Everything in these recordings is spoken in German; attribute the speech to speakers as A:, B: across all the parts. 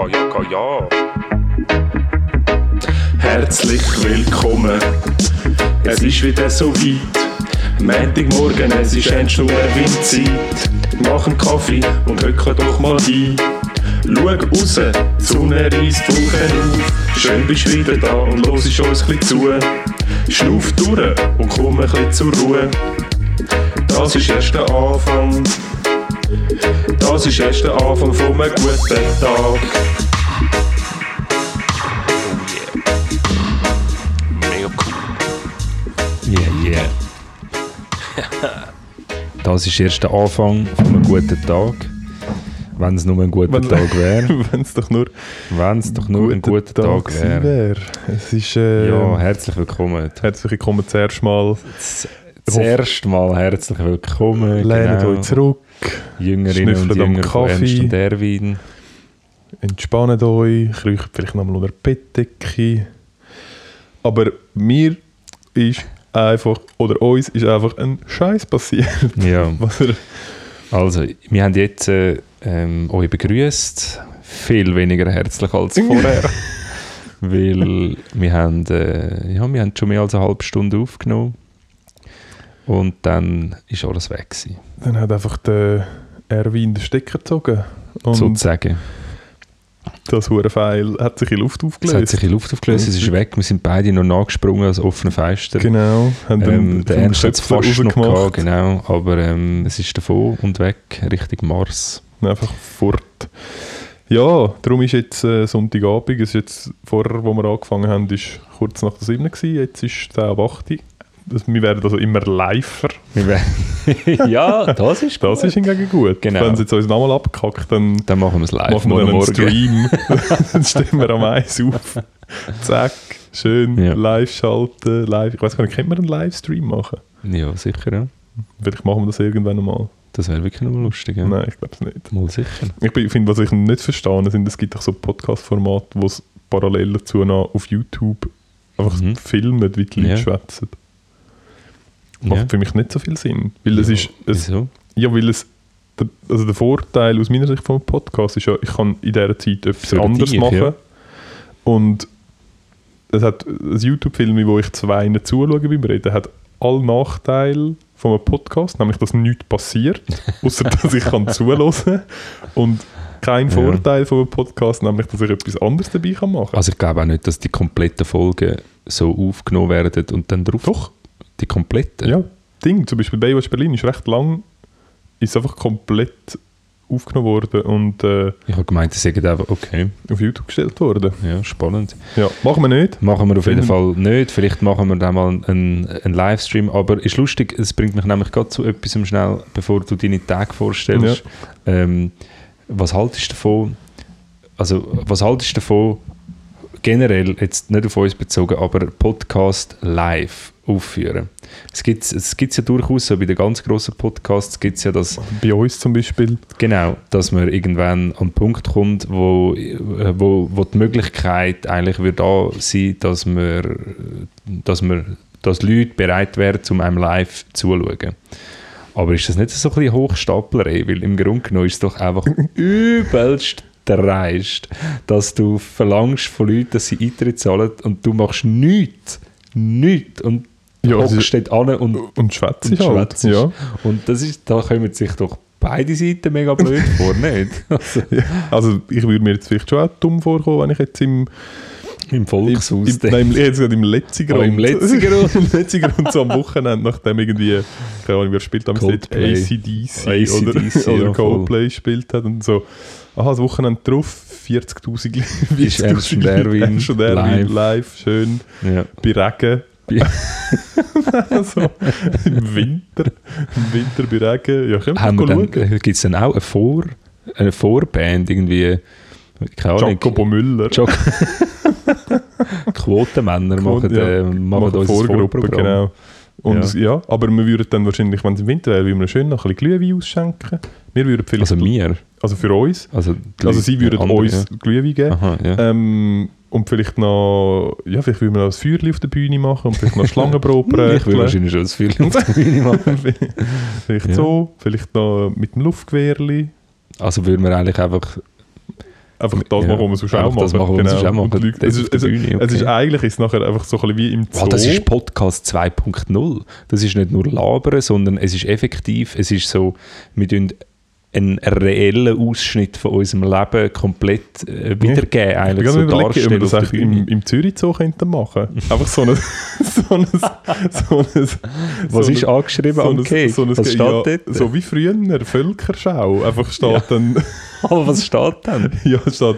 A: Ja.
B: Herzlich willkommen, es ist wieder so weit. Montagmorgen, es ist endlich nur Windzeit. Mach einen Kaffee und hocke doch mal ein. Schau raus, die Sonne reisst die Wolken auf. Schön bist du wieder da und hörst uns ein bisschen zu. Schnuff durch und komm ein bisschen zur Ruhe. Das ist erst der Anfang. Das ist erst der Anfang von einem guten Tag.
A: Yeah. Das ist erst der Anfang von einem guten Tag. Wenn es nur ein guter Tag wäre.
B: Wenn es doch nur
A: ein guter Tag wäre.
B: Es ist,
A: ja, herzlich willkommen.
B: Herzlich willkommen zuerst mal.
A: Zuerst mal herzlich willkommen.
B: Lehnt euch zurück.
A: Jüngerinnen und Jünger von Ernst und Erwin.
B: Entspannt euch, kriecht vielleicht nochmal unter die Bettdecke. Aber mir ist einfach, oder uns ist einfach ein Scheiß passiert.
A: Ja. Also, wir haben jetzt euch begrüßt, viel weniger herzlich als vorher. Weil wir haben schon mehr als eine halbe Stunde aufgenommen. Und dann ist alles weg gewesen.
B: Dann hat einfach der Erwin den Stecker gezogen. Und
A: sozusagen.
B: Das Hurenpfeil hat sich in Luft aufgelöst.
A: Es ist weg. Wir sind beide noch nachgesprungen als offene Fenster.
B: Genau.
A: Der Ernst hat es fast noch gehabt, genau. Aber es ist davon und weg, Richtung Mars.
B: Einfach fort. Ja, darum ist jetzt Sonntagabend. Es ist jetzt vorher, wo wir angefangen haben, ist kurz nach der 7 gewesen. Jetzt ist es 10:08 Uhr. Wir werden also immer liver.
A: Ja, das ist gut.
B: Das ist hingegen gut.
A: Genau.
B: Wenn es jetzt uns nochmal abkackt, dann
A: machen wir es live.
B: Machen wir einen Stream. Dann stehen wir am Eis auf. Zack, schön live schalten. Live. Ich weiß gar nicht, können wir einen Livestream machen?
A: Ja, sicher, ja.
B: Vielleicht machen wir das irgendwann einmal.
A: Das wäre wirklich noch lustig, ja.
B: Nein, ich glaube es nicht.
A: Mal sicher.
B: Ich finde, was ich nicht verstehe, sind, es gibt auch so Podcast-Formate, wo es parallel dazu noch auf YouTube einfach filmen, wie die Leute schwätzen. Macht für mich nicht so viel Sinn. Weil es ist...
A: Wieso?
B: Ja, weil es... Also der Vorteil aus meiner Sicht vom Podcast ist ja, ich kann in dieser Zeit etwas anderes machen. Ja. Und es hat ein YouTube-Film, wo ich zwei zuschaue beim Reden, hat alle Nachteile von einem Podcast, nämlich dass nichts passiert, außer dass ich zuhören kann. Und kein Vorteil von einem Podcast, nämlich dass ich etwas anderes dabei machen kann.
A: Also ich glaube auch nicht, dass die kompletten Folgen so aufgenommen werden und dann drauf...
B: Doch.
A: Die komplette?
B: Ja, zum Beispiel Baywatch Berlin ist recht lang, ist einfach komplett aufgenommen worden und
A: ich habe gemeint, es ist einfach
B: auf YouTube gestellt worden.
A: Ja, spannend.
B: Ja, machen wir nicht.
A: Machen wir auf jeden Fall nicht. Vielleicht machen wir dann mal einen Livestream, aber ist lustig, es bringt mich nämlich gerade zu etwas schnell, bevor du deine Tage vorstellst. Ja. Was haltest du davon, generell, jetzt nicht auf uns bezogen, aber Podcast live aufführen. Es gibt ja durchaus, so bei den ganz grossen Podcasts gibt es ja das...
B: Bei uns zum Beispiel.
A: Genau, dass man irgendwann an den Punkt kommt, wo die Möglichkeit eigentlich wird da sein, dass Leute bereit wären, um einem live zuzuschauen. Aber ist das nicht so ein bisschen Hochstaplerei? Weil im Grunde genommen ist es doch einfach übelst dreist, dass du verlangst von Leuten, dass sie Eintritt zahlen und du machst nichts und hockst dort an und
B: schwätzt halt. Ja.
A: Und da kommen sich doch beide Seiten mega blöd vor, nicht?
B: Also ich würde mir jetzt vielleicht schon auch dumm vorkommen, wenn ich jetzt im
A: Volkshaus
B: im Letzigrund.
A: Im
B: Letzigrund so am Wochenende, nachdem irgendwie, keine Ahnung, wer spielt damals dort, AC/DC oder Coldplay gespielt hat und so, das Wochenende drauf, 40'000
A: Ernst und Erwin
B: live, schön, bei Regen. Also, im Winter bei Regen. Ja, können wir schauen.
A: Gibt es dann auch eine Vorband, irgendwie, keine Ahnung.
B: Jacobo Müller.
A: Quotenmänner machen unser Vorprogramm.
B: Genau. Und aber wir würden dann wahrscheinlich, wenn es im Winter wäre, würden wir schön noch ein bisschen Glühwein ausschenken. Wir würden vielleicht... Also für uns. Also sie würden uns Glühwein geben.
A: Aha, ja.
B: Und vielleicht noch... Ja, vielleicht würden wir noch ein Feuerchen auf der Bühne machen und vielleicht noch Schlangenbrot
A: bröteln. Ich würde wahrscheinlich schon ein Feuerchen auf der Bühne machen.
B: Vielleicht so. Vielleicht noch mit dem Luftgewehrli.
A: Also würden wir eigentlich einfach...
B: einfach das machen, was man sonst auch
A: das machen, was man sonst auch macht.
B: Es ist eigentlich ist nachher einfach so ein bisschen wie im Zoo.
A: Das ist Podcast 2.0. Das ist nicht nur Labern, sondern es ist effektiv, es ist so, wir tun einen reellen Ausschnitt von unserem Leben komplett wiedergeben. Eigentlich so
B: darstellen, ob wir das echt im Zürich Zoo könnten machen. Einfach so ein
A: was ist angeschrieben am Cake? Was steht dort?
B: So wie früher, Völkerschau. Einfach steht dann...
A: Aber was steht dann?
B: Ja, es steht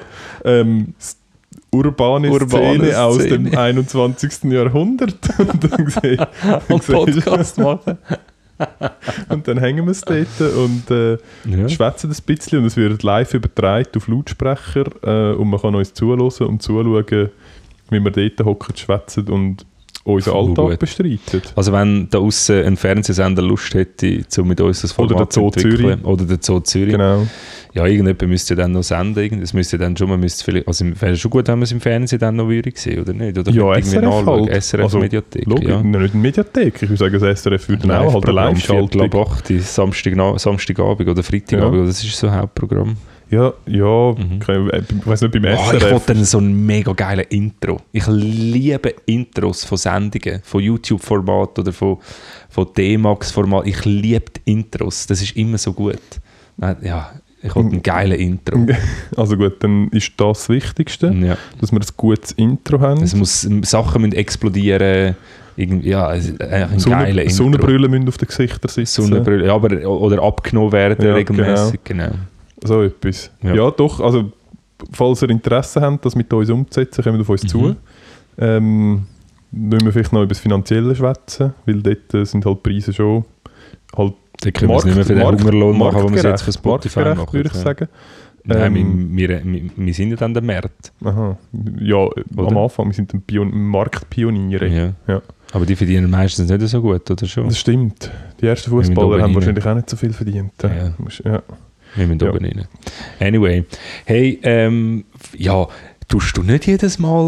B: urbane Szene aus dem 21. Jahrhundert.
A: Und Podcast machen.
B: Und dann hängen wir es dort und schwätzen ein bisschen und es wird live übertragen auf Lautsprecher und man kann uns zuhören und zuschauen, wie wir dort hocken, schwätzen und unseren Alltag bestreiten. Also
A: wenn da aussen ein Fernsehsender Lust hätte, um mit uns das Format zu entwickeln. Oder der Zoo Zürich.
B: Genau.
A: Ja, irgendjemand müsste dann noch senden. Es müsste dann schon, also wäre schon gut, wenn man es im Fernsehen dann noch würde sehen, oder nicht? Oder
B: ja, SRF halt.
A: SRF also, Mediathek.
B: Logisch, ja. Nicht eine Mediathek. Ich würde sagen, das SRF würde dann auch halt eine Live-Schaltung.
A: Samstagabend oder Freitagabend. Ja. Das ist so ein Hauptprogramm.
B: Ja, ich weiß nicht, beim SRF.
A: Ich wollte dann so ein mega geiles Intro. Ich liebe Intros von Sendungen, von YouTube-Format oder von D-Max-Format. Ich liebe die Intros. Das ist immer so gut. Ja, ich wollte ein geiles Intro.
B: Also gut, dann ist das Wichtigste, dass wir ein gutes Intro haben.
A: Sachen müssen explodieren. Ein geiles Intro.
B: Sonnenbrüllen müssen auf den Gesichtern sitzen.
A: Ja, oder abgenommen werden regelmäßig. Genau.
B: So etwas. Ja, doch. Also, falls ihr Interesse habt, das mit uns umzusetzen, kommt auf uns zu. Müssen wir vielleicht noch über das Finanzielle schwätzen, weil dort sind halt Preise schon halt
A: da können wir es nicht mehr für den Hungerlohn machen, den wir jetzt für Spotify machen.
B: Würde ich sagen.
A: Nein, wir sind ja dann der Markt.
B: Aha. Ja, am Anfang, wir sind Marktpioniere. Ja.
A: Aber die verdienen meistens nicht so gut, oder schon?
B: Das stimmt. Die ersten Fußballer haben wahrscheinlich auch nicht so viel verdient.
A: Ja. Wir müssen oben rein. Anyway. Hey, tust du nicht jedes Mal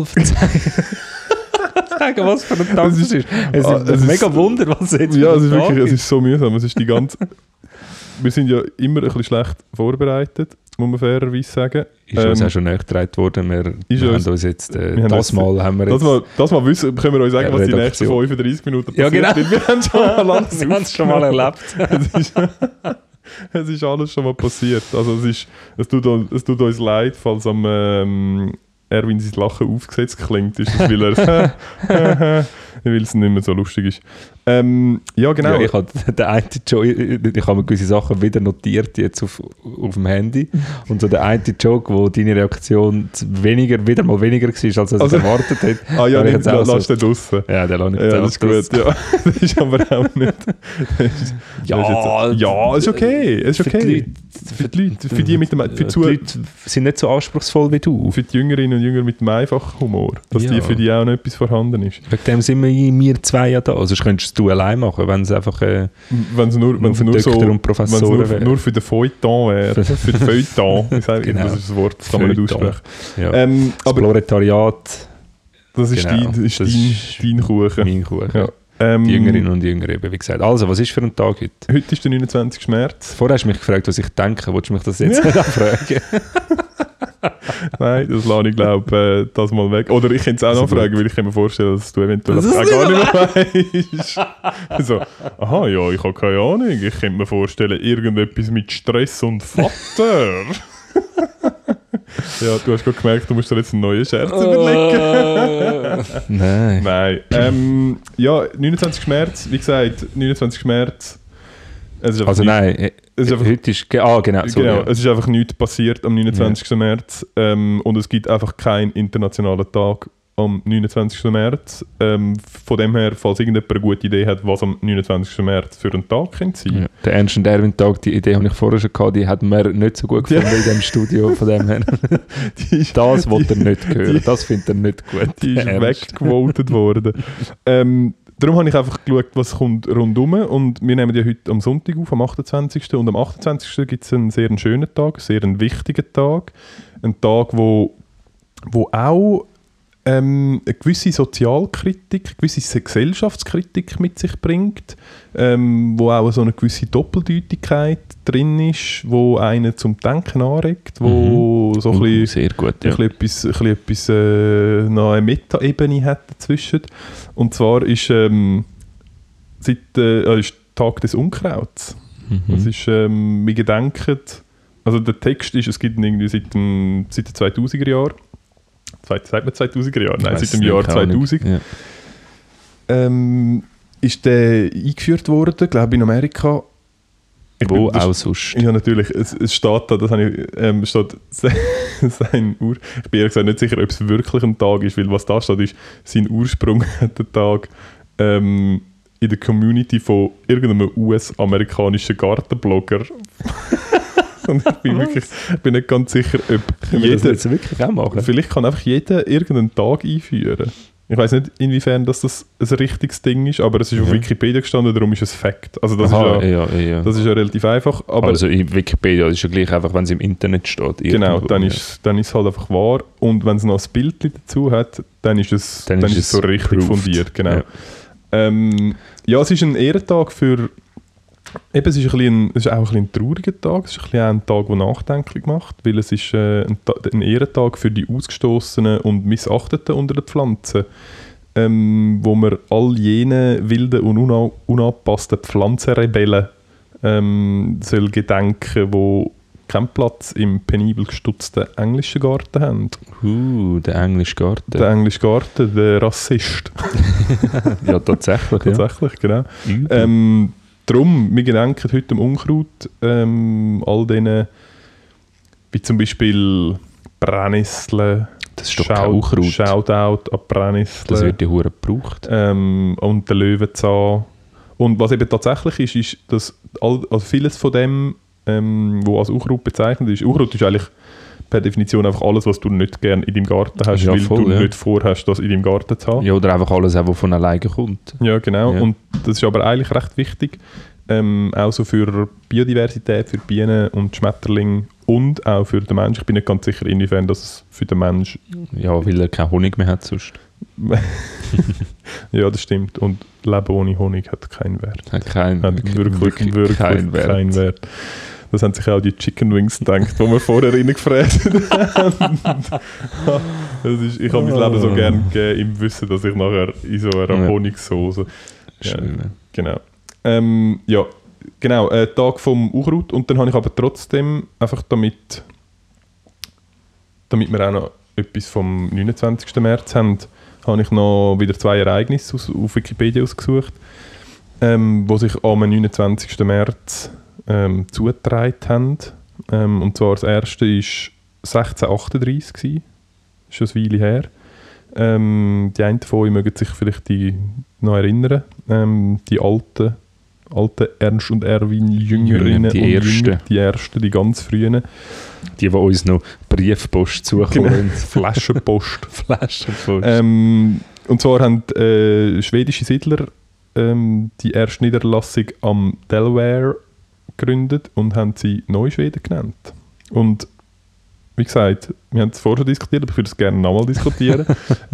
A: sagen, was für ein Tag es ist? Es ist mega Wunder, was jetzt
B: ja, es ist wirklich, es ist so mühsam. Es ist die ganze... Wir sind ja immer ein bisschen schlecht vorbereitet, muss man fairerweise sagen.
A: Ist uns auch schon nachgetragen worden. Wir haben uns jetzt... Das Mal können
B: wir euch sagen, was die nächsten 35 Minuten passiert.
A: Ja, genau.
B: Wir haben
A: es schon mal erlebt.
B: Es ist alles schon mal passiert. Also es tut uns leid, falls am Erwin sein Lachen aufgesetzt klingt, ist das, weil es nicht mehr so lustig ist. Ja, genau.
A: Ja, ich habe mir gewisse Sachen wieder notiert jetzt auf dem Handy. Und so der eine Joke, wo deine Reaktion wieder mal weniger war, als er erwartet hat.
B: Ja, lass den draussen.
A: Ja, den lasse ich
B: das ist gut. Ja. Das ist aber auch nicht... ist okay. Es ist okay. Für die Leute. Für die Leute
A: sind nicht so anspruchsvoll wie du.
B: Für die Jüngerinnen und Jünger mit dem einfachen Humor. Dass für die auch noch etwas vorhanden ist.
A: Wegen dem sind wir zwei ja da. Also könntest du allein machen, wenn es einfach
B: wenn es nur für den Feuilleton wäre. Für den Feuilleton. Das ist das Wort, das kann man nicht aussprechen.
A: Ja. Das Proletariat.
B: Das ist dein Kuchen.
A: Mein Kuchen. Ja. Die Jüngerinnen und Jünger eben, wie gesagt. Also, was ist für ein Tag heute?
B: Heute ist der 29. März.
A: Vorher hast du mich gefragt, was ich denke. Wolltest du mich das jetzt nicht fragen?
B: Nein, das lasse ich, glaube das mal weg. Oder ich könnte es auch noch fragen, weil ich kann mir vorstellen, dass du eventuell das auch gar nicht mehr weißt. So, aha, ja, ich habe keine Ahnung. Ich könnte mir vorstellen, irgendetwas mit Stress und Vater. Ja, du hast gerade gemerkt, du musst dir jetzt einen neuen Scherz überlegen.
A: Nein.
B: 29. März, wie gesagt, 29. März.
A: Heute ist... genau. So,
B: genau, es ist einfach nichts passiert am 29. März und es gibt einfach keinen internationalen Tag am 29. März. Von dem her, falls irgendjemand eine gute Idee hat, was am 29. März für einen Tag könnte sein.
A: Ja, der Ernst und Erwin-Tag, die Idee habe ich vorher schon gehabt, die hat mir nicht so gut gefunden in diesem Studio. Von dem her. Das wollte er nicht hören, das findet er nicht gut.
B: Die ist weggevotet worden. Darum habe ich einfach geschaut, was kommt rundherum. Und wir nehmen ja heute am Sonntag auf, am 28. Und am 28. gibt es einen sehr schönen Tag, einen sehr wichtigen Tag. Ein Tag, wo auch
C: eine gewisse Sozialkritik, eine gewisse Gesellschaftskritik mit sich bringt, wo auch so eine gewisse Doppeldeutigkeit drin ist, wo einen zum Denken anregt, wo so ein bisschen,
A: sehr gut, ja.
C: ein bisschen etwas noch eine Meta-Ebene hat dazwischen. Und zwar ist, ist Tag des Unkrauts. Das ist, wir gedenken, also der Text ist, es gibt ihn irgendwie seit den 2000er Jahren. Sagt man 2000er Jahre? Nein, seit dem Jahr 2000. Ja. Ist der eingeführt worden, glaube ich, in Amerika.
A: Wo auch sonst?
C: Ja, natürlich. Es steht da, das habe ich, steht sein ich bin ehrlich gesagt nicht sicher, ob es wirklich ein Tag ist, weil was da steht, ist, sein Ursprung hat der Tag in der Community von irgendeinem US-amerikanischen Gartenblogger. Und ich bin nicht ganz sicher, ob
A: jeder... das jetzt wirklich auch machen?
C: Vielleicht kann einfach jeder irgendeinen Tag einführen. Ich weiß nicht, inwiefern das ein richtiges Ding ist, aber es ist auf Wikipedia gestanden, darum ist es Fakt. Also das, das ist ja relativ einfach. Aber
A: also in Wikipedia ist ja gleich einfach, wenn es im Internet steht.
C: Genau, dann ist es halt einfach wahr. Und wenn es noch ein Bild dazu hat, dann ist es so richtig fundiert. Genau. Ja, es ist ein Ehrentag für... Eben, es ist auch ein bisschen ein trauriger Tag, es ist ein Tag, der nachdenklich macht, weil es ist ein Ehrentag für die Ausgestoßenen und Missachteten unter den Pflanzen, wo man all jene wilden und unangepassten Pflanzenrebellen soll gedenken, die keinen Platz im penibel gestutzten englischen Garten haben.
A: Der englische Garten.
C: Der englische Garten, der Rassist.
A: Ja, tatsächlich.
C: Tatsächlich, genau. Darum, wir gedenken heute am Unkraut, all denen, wie zum Beispiel Brennnessel,
A: das ist doch kein Unkraut.
C: Shoutout an Brennnessel.
A: Das wird die Hure gebraucht.
C: Und der Löwenzahn. Und was eben tatsächlich ist, dass also vieles von dem, was als Unkraut bezeichnet ist, Unkraut ist eigentlich per Definition einfach alles, was du nicht gerne in deinem Garten hast,
A: ja,
C: weil
A: voll,
C: du nicht vorhast, das in deinem Garten zu haben.
A: Ja, oder einfach alles, was von alleine kommt.
C: Ja, genau. Ja. Und das ist aber eigentlich recht wichtig, auch so für Biodiversität, für Bienen und Schmetterlinge und auch für den Menschen. Ich bin nicht ganz sicher, inwiefern das für den Menschen...
A: Ja, weil er keinen Honig mehr hat sonst.
C: Ja, das stimmt. Und Leben ohne Honig hat keinen Wert.
A: Hat
C: wirklich keinen Wert. Das haben sich auch die Chicken Wings gedacht, die wir vorher reingefräst haben. Ich habe mein Leben so gerne gegeben, im Wissen, dass ich nachher in so einer Honigsoße... Genau. Ja, genau. Tag vom Unkraut. Und dann habe ich aber trotzdem, einfach damit wir auch noch etwas vom 29. März haben, habe ich noch wieder 2 Ereignisse auf Wikipedia ausgesucht, die sich am 29. März zugetragen haben. Und zwar das erste war 1638, ist schon eine Weile her. Die einen von euch mögen sich vielleicht noch erinnern. Die alten Ernst und Erwin Jüngerinnen
A: die
C: und
A: ersten.
C: Jünger, die ersten, die ganz frühen.
A: Die uns noch Briefpost zukommen.
C: Genau. Flaschenpost.
A: Flaschenpost.
C: Und zwar haben schwedische Siedler die erste Niederlassung am Delaware gegründet und haben sie Neuschweden genannt. Und wie gesagt, wir haben es vorher schon diskutiert, aber ich würde es gerne nochmal diskutieren.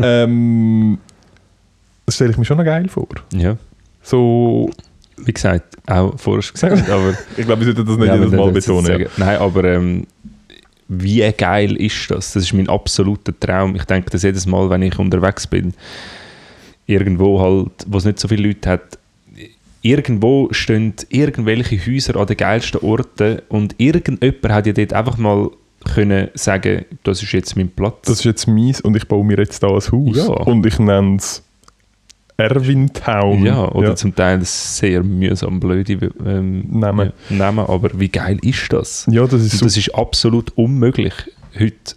C: Das stelle ich mir schon noch geil vor.
A: Ja.
C: So...
A: Wie gesagt, auch vorher gesagt, aber...
C: Ich glaube, wir sollten das nicht jedes Mal betonen.
A: Nein, aber wie geil ist das? Das ist mein absoluter Traum. Ich denke das jedes Mal, wenn ich unterwegs bin, irgendwo halt, wo es nicht so viele Leute hat, irgendwo stehen irgendwelche Häuser an den geilsten Orten und irgendjemand hat ja dort einfach mal können sagen, das ist jetzt mein Platz.
C: Das ist jetzt meins und ich baue mir jetzt da ein Haus.
A: Ja.
C: Und ich nenne es Erwintown.
A: Ja, oder zum Teil sehr mühsam blöde Namen, aber wie geil ist das?
C: Ja, das ist
A: so. Das ist absolut unmöglich. Heute,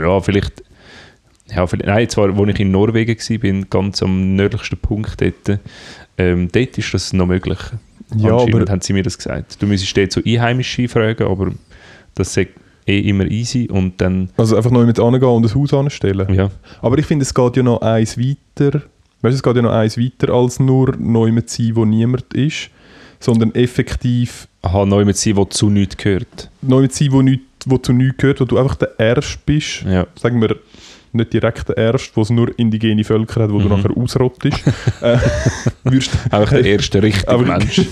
A: nein, zwar, als ich in Norwegen war, ganz am nördlichsten Punkt dort ist das noch möglich.
C: Ja,
A: anscheinend haben sie mir das gesagt. Du müsstest dort so Einheimische fragen, aber das ist immer easy und dann...
C: Also einfach noch mit angehen und ein Haus anstellen?
A: Ja.
C: Aber ich finde, es geht ja noch eins weiter... Weißt du, es geht ja noch eins weiter als nur neu sein, wo niemand ist, sondern effektiv...
A: neu sein, wo zu nichts gehört.
C: Neu sein, wo zu nichts gehört, wo du einfach der Erste bist.
A: Ja.
C: Sagen wir, nicht direkt der erste, wo es nur indigene Völker hat, wo du nachher ausrottest.
A: Auch der erste richtige Mensch.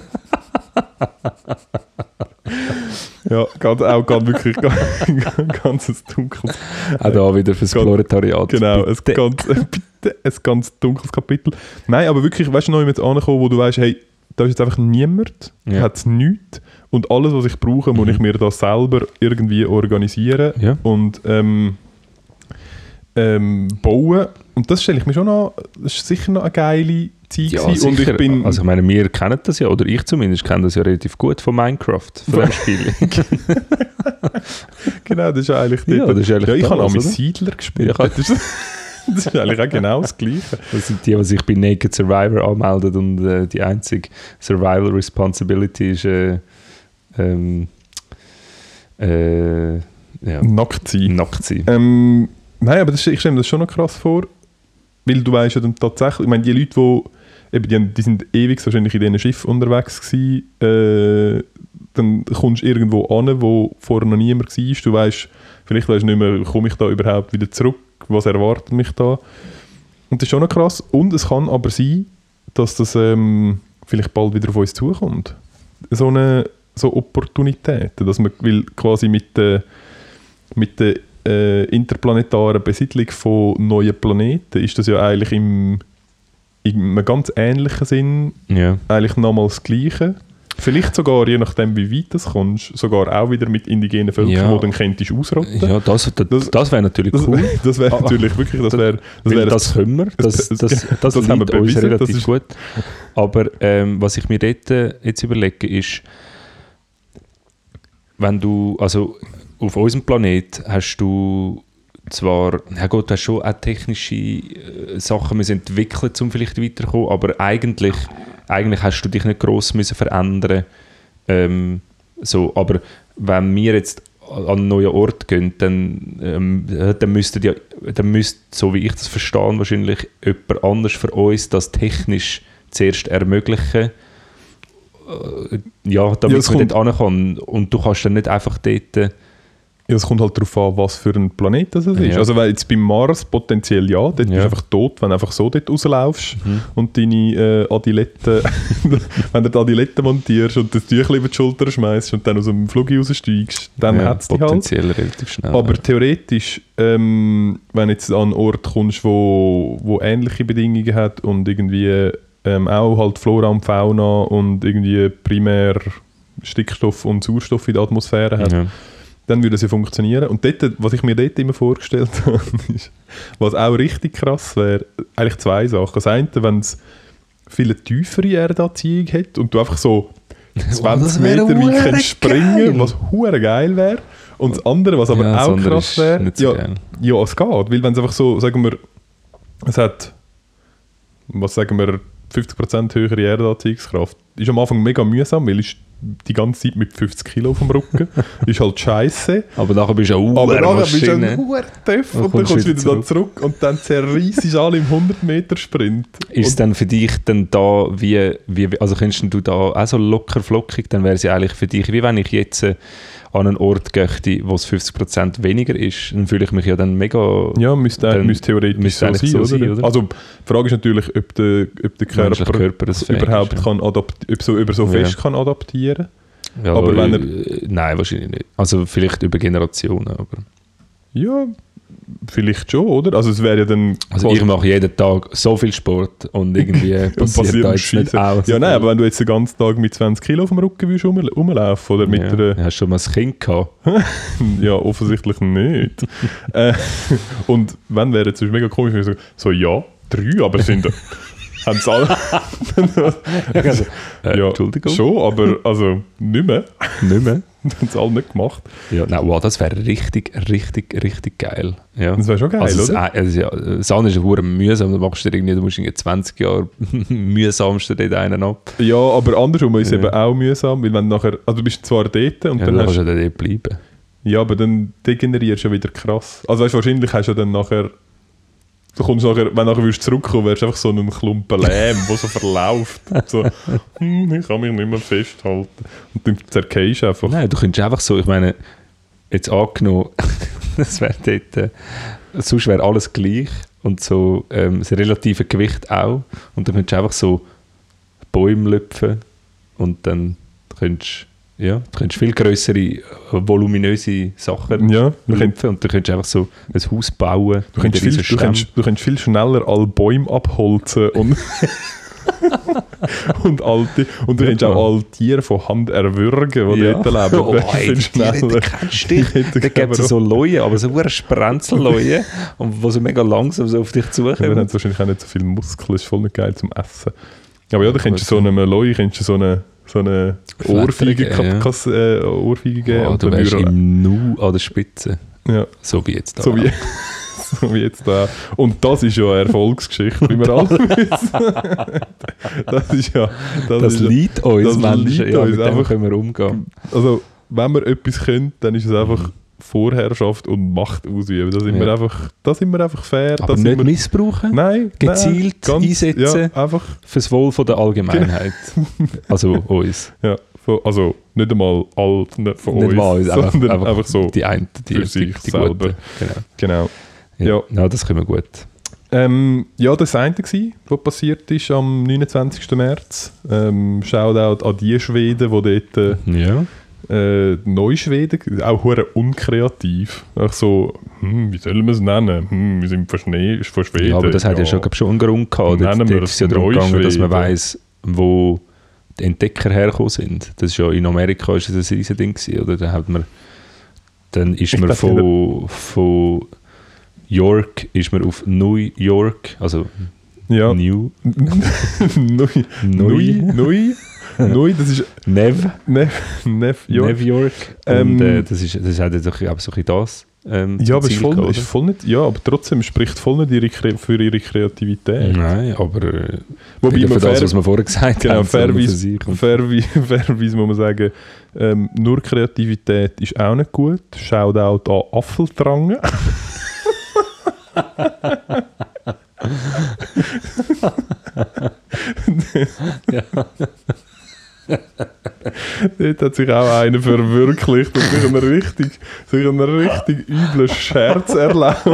C: Ja, auch ganz wirklich ganz dunkles.
A: Auch da wieder fürs Proletariat.
C: Genau, ein ganz dunkles Kapitel. Nein, aber wirklich, weißt du, noch jetzt angekommen, wo du weißt, hey, da ist jetzt einfach niemand, hat es nichts und alles, was ich brauche, muss ich mir da selber irgendwie organisieren und bauen. Und das stelle ich mir schon noch, das ist sicher noch eine geile Zeit.
A: Ja,
C: und ich bin,
A: also ich meine, wir kennen das ja, oder ich zumindest kenne das ja relativ gut von Minecraft, von dem Spiel.
C: Genau, das ist ja eigentlich
A: ja, das ist eigentlich
C: ich habe auch mit
A: oder?
C: Siedler gespielt.
A: Ja.
C: Das ist eigentlich auch genau das Gleiche.
A: Das sind die sich bei Naked Survivor anmelden und die einzige Survival Responsibility ist
C: nackt sein. Nein, aber ich stelle mir das schon noch krass vor, weil du weißt ja dann tatsächlich, ich meine, die Leute, die sind ewig wahrscheinlich in diesen Schiffen unterwegs gewesen, dann kommst du irgendwo an, wo vorher noch niemand war, du weißt, vielleicht weißt du nicht mehr, komme ich da überhaupt wieder zurück, was erwartet mich da? Und das ist schon noch krass. Und es kann aber sein, dass das vielleicht bald wieder auf uns zukommt. So Opportunitäten, dass man will quasi mit der interplanetaren Besiedlung von neuen Planeten ist das ja eigentlich in einem ganz ähnlichen Sinn eigentlich nochmal das Gleiche. Vielleicht sogar, je nachdem wie weit das kommst, sogar auch wieder mit indigenen Völkern, die dann könntest ausrotten.
A: Ja, das wäre natürlich cool.
C: Das wäre natürlich wirklich, das
A: können wir, das
C: haben wir
A: uns
C: bewiesen,
A: relativ gut. Aber was ich mir dort jetzt überlege, ist, wenn du, also auf unserem Planet hast du zwar, ja gut, du hast schon auch technische Sachen müssen entwickeln, um vielleicht weiterzukommen, aber eigentlich hast du dich nicht gross müssen verändern. So, aber wenn wir jetzt an einen neuen Ort gehen, dann müsste, so wie ich das verstehe, wahrscheinlich jemand anders für uns das technisch zuerst ermöglichen. Damit man dort ankommen. Und du kannst dann nicht einfach dort...
C: Ja, es kommt halt darauf an, was für ein Planet das ist. Ja. Also weil jetzt beim Mars potenziell dort bist du einfach tot, wenn du einfach so dort rauslaufst und deine Adiletten, wenn du die Adiletten montierst und das Tüchlein über die Schulter schmeißt und dann aus dem Flug raussteigst, dann hat es dich halt.
A: Potenziell relativ schnell.
C: Aber theoretisch, wenn du jetzt an einen Ort kommst, wo ähnliche Bedingungen hat und irgendwie auch halt Flora und Fauna und irgendwie primär Stickstoff und Sauerstoff in der Atmosphäre hat, dann würde es ja funktionieren. Und dort, was ich mir dort immer vorgestellt habe, ist, was auch richtig krass wäre, eigentlich zwei Sachen. Das eine, wenn es viel tiefere Erdanziehung hat und du einfach so 20 Meter weit kannst springen, was hure geil wäre. Und das andere, was aber auch krass wäre, es geht. Weil wenn es einfach so, sagen wir, es hat, 50% höhere Erdanziehungskraft, ist am Anfang mega mühsam, weil ist die ganze Zeit mit 50 Kilo auf dem Rücken. Ist halt scheiße.
A: Aber nachher bist du eine
C: Maschine. Töff und dann kommst du wieder da zurück und dann zerreissest du alle im 100-Meter-Sprint.
A: Ist es dann für dich dann da, also könntest du da auch so locker flockig, dann wäre es ja eigentlich für dich, wie wenn ich jetzt an einen Ort gehe, wo es 50% weniger ist, dann fühle ich mich ja dann mega...
C: Ja, müsste theoretisch so sein, oder? Also die Frage ist natürlich, ob der Körper das überhaupt über so fest kann adaptieren.
A: Ja, aber wenn nein, wahrscheinlich nicht. Also vielleicht über Generationen, aber... Ja,
C: vielleicht schon, oder? Also es wäre ja dann...
A: Also ich mache jeden Tag so viel Sport und irgendwie passiert da jetzt nicht aus.
C: Ja, nein, aber wenn du jetzt den ganzen Tag mit 20 Kilo auf dem Rücken willst rumlaufen oder mit einer...
A: Hast du schon mal ein Kind gehabt?
C: Ja, offensichtlich nicht. Und wenn wäre es mega komisch, wenn ich so, ja, 3, aber es sind... haben es alle...
A: Entschuldigung?
C: Schon, aber also nicht mehr.
A: Nicht mehr?
C: haben es alle nicht gemacht.
A: Ja, nein, wow, das wäre richtig, richtig, richtig geil. Ja.
C: Das wäre schon geil,
A: also
C: oder?
A: Das andere ist ja mühsam, du musst irgendwie 20 Jahre mühsamsten dort einen ab.
C: Ja, aber andersrum ist es eben auch mühsam, weil wenn nachher, also du bist zwar dort und dann
A: kannst du ja dort bleiben.
C: Ja, aber dann degenerierst du ja wieder krass. Also weißt, wahrscheinlich hast du dann nachher, du kommst nachher, wenn nachher würdest zurückkommen, wärst du einfach so ein Klumpen Lehm, der so verläuft. So, ich kann mich nicht mehr festhalten. Und dann zerkehrst du einfach.
A: Nein, du könntest einfach so, ich meine, jetzt angenommen, das wäre dort sonst wäre alles gleich und so das relative Gewicht auch. Und dann könntest du einfach so Bäume lüpfen und dann könntest du viel grössere, voluminöse Sachen lüpfen und dann könntest du einfach so ein Haus bauen.
C: Du könntest viel schneller alle Bäume abholzen und und du kannst auch alle Tiere von Hand erwürgen, die dort leben.
A: Oh, ey, die kennst du dich. Da gibt es so Leute, aber so Sprenzelleute, die so mega langsam so auf dich zukommen.
C: Ja, dann haben sie wahrscheinlich auch nicht so viel Muskeln, ist voll nicht geil zum Essen. Aber ja, da kannst du so einem Leu so eine Ohrfeige geben.
A: Du wärst im Nu an der Spitze.
C: Ja.
A: So wie jetzt da.
C: So wie jetzt da. Und das ist ja eine Erfolgsgeschichte, wie wir alle wissen. Das
A: liegt uns Menschen.
C: Ja, mit
A: dem können wir umgehen.
C: Also, wenn wir etwas können, dann ist es einfach Vorherrschaft und Macht ausüben. Da sind wir einfach fair.
A: Aber nicht missbrauchen?
C: Nein.
A: Gezielt einsetzen
C: einfach
A: fürs Wohl von der Allgemeinheit. Also uns.
C: Ja. Also nicht einmal nicht von
A: nicht
C: uns, sondern einfach so
A: die einen, die
C: selber. Genau.
A: Ja, das können wir gut.
C: Ja, das war das eine, was passiert ist am 29. März. Shoutout an die Schweden, die dort Neuschweden, auch hure unkreativ. Auch so, wie sollen wir es nennen? Wir sind von Schweden.
A: Ja, aber das hat ja schon einen Grund gehabt. Dort ist es ja darum gegangen, dass man weiss, wo die Entdecker hergekommen sind. Das ist ja in Amerika ist das ein riesen Ding gewesen, oder? Dann ist man von York ist man auf New York, also New. Neu, das ist Nev
C: York.
A: Das hat jetzt auch so ein das.
C: Ja, aber ist voll nicht. Ja, aber trotzdem spricht voll nicht für ihre Kreativität.
A: Nein, aber
C: wobei
A: für das, was wir vorher gesagt haben.
C: Fairerweise muss man sagen, nur Kreativität ist auch nicht gut. Shoutout an Affeltrangen.
A: Ja.
C: Dort hat sich auch einer verwirklicht und sich einen richtig üblen Scherz erlaubt.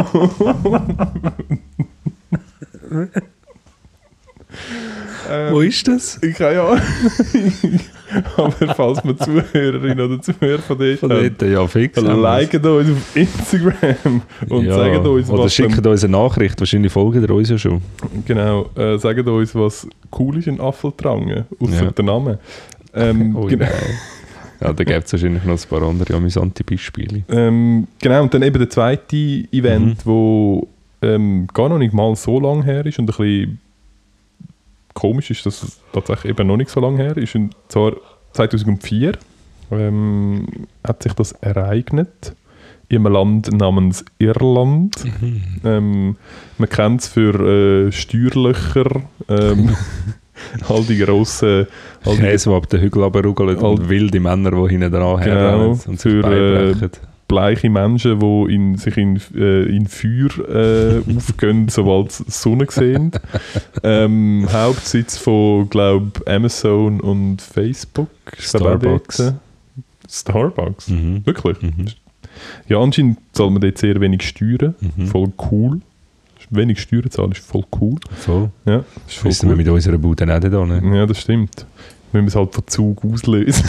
A: Wo ist das?
C: Ich kann ja. Aber falls wir Zuhörerinnen oder Zuhörer von dort
A: ja, fix.
C: Liken uns auf Instagram und sagen uns,
A: oder schicken uns eine Nachricht, wahrscheinlich folgen ihr uns ja schon.
C: Genau, sagen uns, was cool ist in Affeltrangen, ausser der Name.
A: Genau. Ja, da gibt es wahrscheinlich noch ein paar andere amüsante Beispiele.
C: Genau, und dann eben der zweite Event, wo gar noch nicht mal so lang her ist und ein bisschen komisch ist, dass es tatsächlich eben noch nicht so lange her ist. Und zwar 2004 hat sich das ereignet in einem Land namens Irland. Man kennt es für Steuerlöcher, all die grossen...
A: Käse, die ab den Hügel runterruggeln und wilde Männer, die hinten dran herrennen und sich beibrechen.
C: Bleiche Menschen, die sich in Feuer aufgehen, sobald sie Sonne sehen. Hauptsitz von, glaube ich, Amazon und Facebook.
A: Starbucks.
C: Starbucks? Wirklich? Ja, anscheinend zahlt man dort sehr wenig Steuern. Voll cool. Wenig Steuern zahlen ist voll cool.
A: Voll.
C: Ja,
A: ist voll cool. Wir mit unserer Bude nicht da, ne?
C: Ja, das stimmt. Wir müssen es halt von Zug auslösen.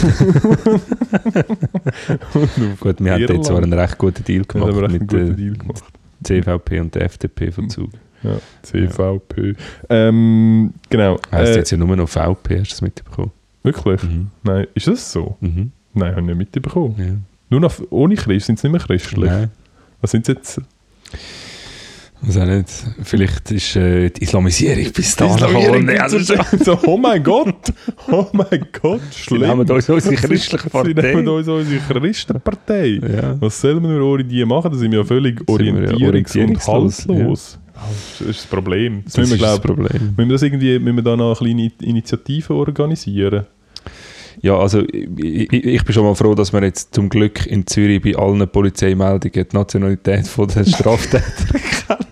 A: Gut, wir haben jetzt zwar einen recht guten Deal gemacht
C: mit der
A: CVP und der FDP von Zug.
C: Ja, CVP. Genau.
A: Heißt jetzt ja nur noch VP, hast du das mitbekommen?
C: Wirklich? Nein, ist das so? Nein, habe ich nicht mitbekommen.
A: Ja.
C: Nur noch ohne Christ sind sie nicht mehr christlich?
A: Nein.
C: Was sind sie jetzt?
A: Ich weiß auch nicht. Vielleicht ist die Islamisierung bis da gekommen.
C: So, oh mein Gott, schlimm.
A: Sie nehmen uns unsere christliche Partei.
C: Sie nehmen uns unsere Christenpartei.
A: Ja.
C: Was sollen wir ohne die machen? Da sind wir ja völlig orientierungs- und haltlos. Ja. Das ist das Problem.
A: Das ist das Problem.
C: Müssen wir da noch eine kleine Initiative organisieren?
A: Ja, also ich bin schon mal froh, dass wir jetzt zum Glück in Zürich bei allen Polizeimeldungen die Nationalität der Straftäter kennen.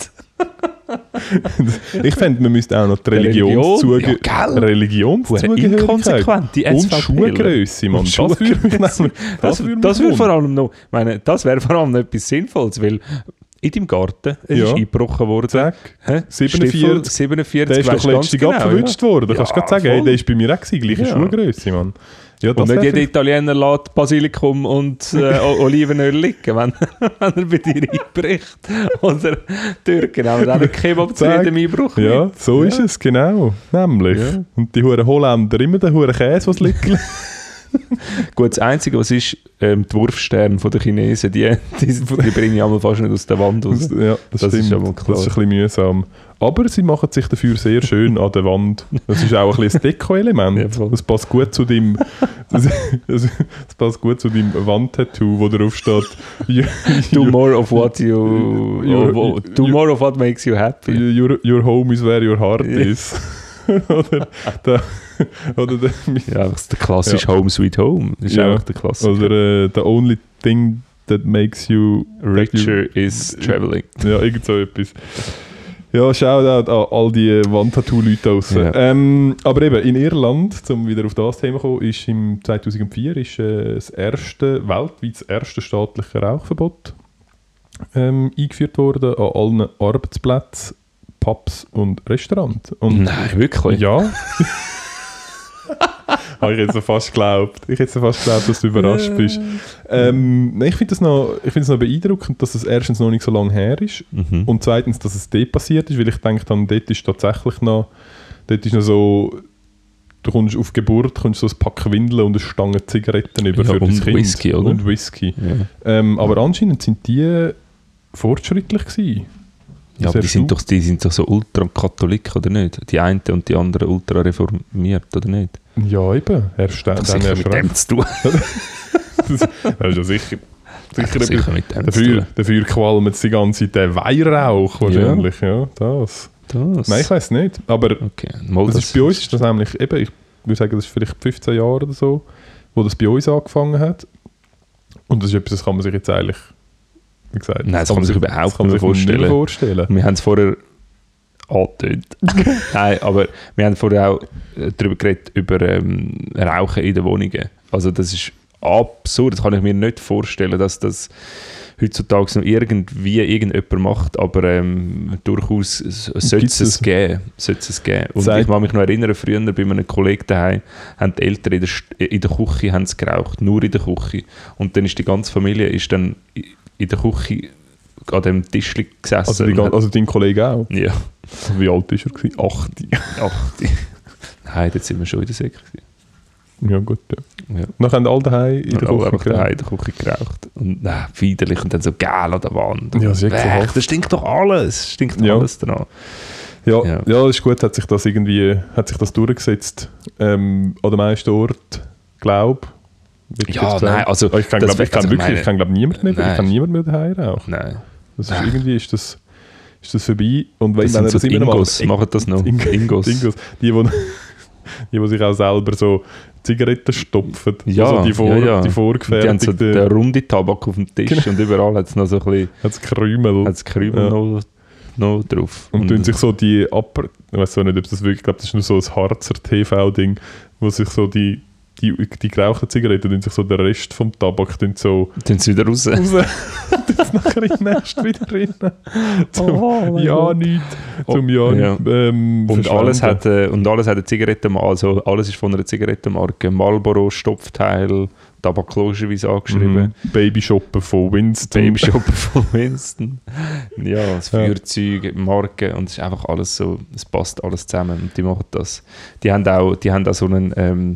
C: Ich fände, man müsste auch noch die Religionszugehörigkeit
A: inkonsequent, die
C: und Schuhgrösse, Mann.
A: Das würde vor allem noch, das wäre vor allem etwas Sinnvolles, weil In deinem Garten. Es ist eingebrochen worden.
C: Zack. 47. Der ist doch letztens abverwünscht worden. Da kannst du gerade sagen, hey, der ist bei mir auch gewesen, gleiche Schuhgrösse, Mann. Ja,
A: und nicht jeder Italiener lässt Basilikum und Olivenöl liegen, wenn er bei dir einbricht. Oder Türken haben auch einen Kebab zu jedem Einbruch.
C: Ja, so ist es, genau. Nämlich. Ja. Und die huren Holländer immer den huren Käse, was liegt.
A: Gut, das Einzige, was ist, die Wurfsterne der Chinesen, die bringen ich einmal fast nicht aus der Wand raus.
C: Ja, das stimmt. Ist aber klar. Das ist ein bisschen mühsam. Aber sie machen sich dafür sehr schön an der Wand. Das ist auch ein bisschen ein Deko-Element. Ja, das passt gut zu deinem Wandtattoo, wo drauf steht
A: do more of what makes you happy.
C: Your home is where your heart is. oder
A: ja, das ist der klassische Home Sweet Home. Das ist auch der Klassiker.
C: Oder the only thing that makes you
A: richer is traveling.
C: Ja, irgend so etwas. Ja, Shoutout an all die Wandtattoo-Leute draussen. Ja. Aber eben, in Irland, um wieder auf das Thema zu kommen, ist im 2004 ist, weltweit das erste staatliche Rauchverbot eingeführt worden an allen Arbeitsplätzen, Pubs und Restaurants. Und
A: nein, wirklich?
C: Ja. Habe ich jetzt so fast geglaubt. dass du überrascht bist. Ich finde es noch beeindruckend, dass es erstens noch nicht so lange her ist und zweitens, dass es dort passiert ist, weil ich denke, dort ist tatsächlich noch so, du kommst auf Geburt, kommst so ein Pack Windeln und eine Stange Zigaretten über für das Kind.
A: Whisky, oder?
C: Und Whisky. Ja. Aber anscheinend sind die fortschrittlich gewesen.
A: Ja, aber die sind doch so ultra-katholik, oder nicht? Die einen und die anderen ultra-reformiert, oder nicht?
C: Ja, eben.
A: Das hat sicher mit dem zu tun.
C: Das ist ja sicher
A: mit dem zu tun.
C: Dafür qualmt es die ganze Zeit der Weihrauch wahrscheinlich. Ja, das. Nein, ich weiss nicht. Aber
A: okay.
C: Bei uns ist das nämlich, eben, ich würde sagen, das ist vielleicht 15 Jahre oder so, wo das bei uns angefangen hat. Und das ist etwas, das kann man sich jetzt eigentlich... Wie gesagt,
A: nein, das kann man sich überhaupt nicht vorstellen. Wir haben es vorher angetönt. Nein, aber wir haben vorher auch darüber geredet, über Rauchen in den Wohnungen. Also das ist absurd, das kann ich mir nicht vorstellen, dass das heutzutage noch irgendjemand macht, aber durchaus sollte es geben. Und ich kann mich noch erinnern, früher bei einem Kollegen daheim haben die Eltern in der Küche haben geraucht, nur in der Küche. Und dann ist die ganze Familie ist dann in der Küche an dem Tisch gesessen.
C: Also dein Kollege auch?
A: Ja.
C: Wie alt war er? 8.
A: Nein, dort sind wir schon in der Säcke.
C: Ja gut, ja. Dann haben alle daheim in der
A: Küche geraucht. Und widerlich. Und dann so gel an der Wand.
C: Ja, das
A: stinkt doch alles. Alles dran.
C: Ja, das ist gut, hat sich das durchgesetzt. An den meisten Orten, glaube ich.
A: Ja, nein, also...
C: Ich kann glaube niemand mehr daheim rauchen.
A: Nein.
C: Das ist irgendwie ist das vorbei. Und wenn
A: das sind so Ingos, machen das noch.
C: Ingos. Die sich auch selber so Zigaretten stopfen.
A: Ja,
C: also die vorgefertigten...
A: Die haben so den runden Tabak auf dem Tisch und überall hat es noch so ein bisschen...
C: Hat es Krümel
A: noch drauf.
C: Und tun sich so die ich weiß auch nicht, ob das wirklich... Ich glaube, das ist nur so ein Harzer TV-Ding, wo sich so die gerauchten Zigaretten tun sich so den Rest vom Tabak tun sie
A: wieder raus.
C: Tun sie nachher in den Nest wieder rein.
A: Und alles hat eine Zigarettenmarke, also alles ist von einer Zigarettenmarke. Marlboro, Stopfteil, Tabak logischerweise angeschrieben.
C: Babyshoppen von Winston.
A: Ja, das Feuerzeug, Marke, und es ist einfach alles so, es passt alles zusammen und die machen das. Die haben auch so einen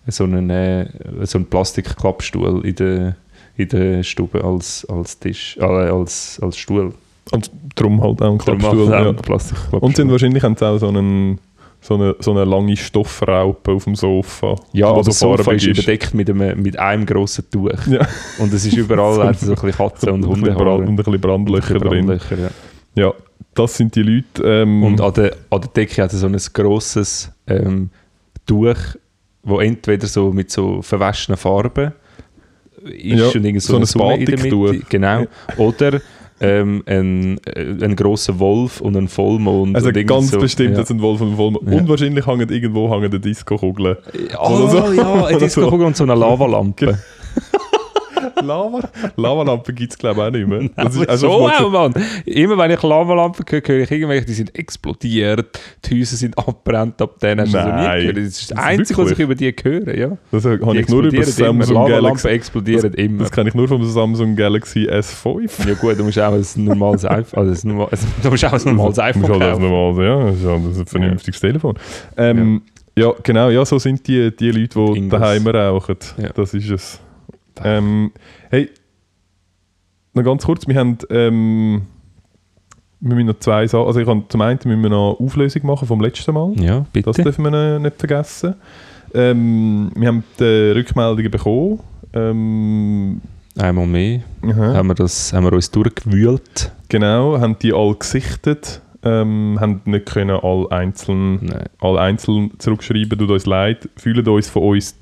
A: Plastikklappstuhl in der Stube als Tisch, als Stuhl.
C: Und darum halt auch ein Klappstuhl. Und sind wahrscheinlich haben sie auch so eine lange Stoffraupe auf dem Sofa.
A: Ja, aber das Sofa ist überdeckt mit einem grossen Tuch. Ja. Und es ist überall hat so ein bisschen Katzen und Hunde.
C: Und ein bisschen Brandlöcher drin. Ja, das sind die Leute.
A: Und an der Decke hat es so ein grosses Tuch, wo entweder so mit so verwaschenen Farben ist und irgend so eine Sonne in der Mitte. Genau. Oder ein grosser Wolf und ein Vollmond.
C: Also ganz so, bestimmt jetzt ein Wolf und ein Vollmond. Ja. Und wahrscheinlich hängen irgendwo eine Disco-Kugel.
A: Eine Disco-Kugel und so eine Lavalampe.
C: Lavalampen gibt es, glaube ich, auch nicht mehr. Das ist
A: also so auch, Mann. Immer wenn ich Lavalampen höre ich irgendwelche, die sind explodiert, die Häuser sind abbrennt, ab denen hast du so nie gehört. Das ist das Einzige, was ich über die höre. Ja.
C: Das habe ich nur über das Samsung
A: Lavalampen explodieren immer.
C: Das kenne ich nur vom Samsung Galaxy S5.
A: Ja gut, du musst auch ein normales iPhone, du musst auch ein normales iPhone kaufen.
C: Das ist ein vernünftiges Telefon. Ja, genau, ja, so sind die Leute, die daheim rauchen. Ja. Das ist es. Hey, noch ganz kurz, wir müssen noch 2 Sachen, also zum einen müssen wir noch eine Auflösung machen vom letzten Mal.
A: Ja, bitte.
C: Das dürfen wir nicht vergessen. Wir haben die Rückmeldungen bekommen.
A: Einmal mehr haben wir uns durchgewühlt.
C: Genau, haben die alle gesichtet. Haben nicht können alle einzeln zurückschreiben, tut uns leid, fühlt euch von uns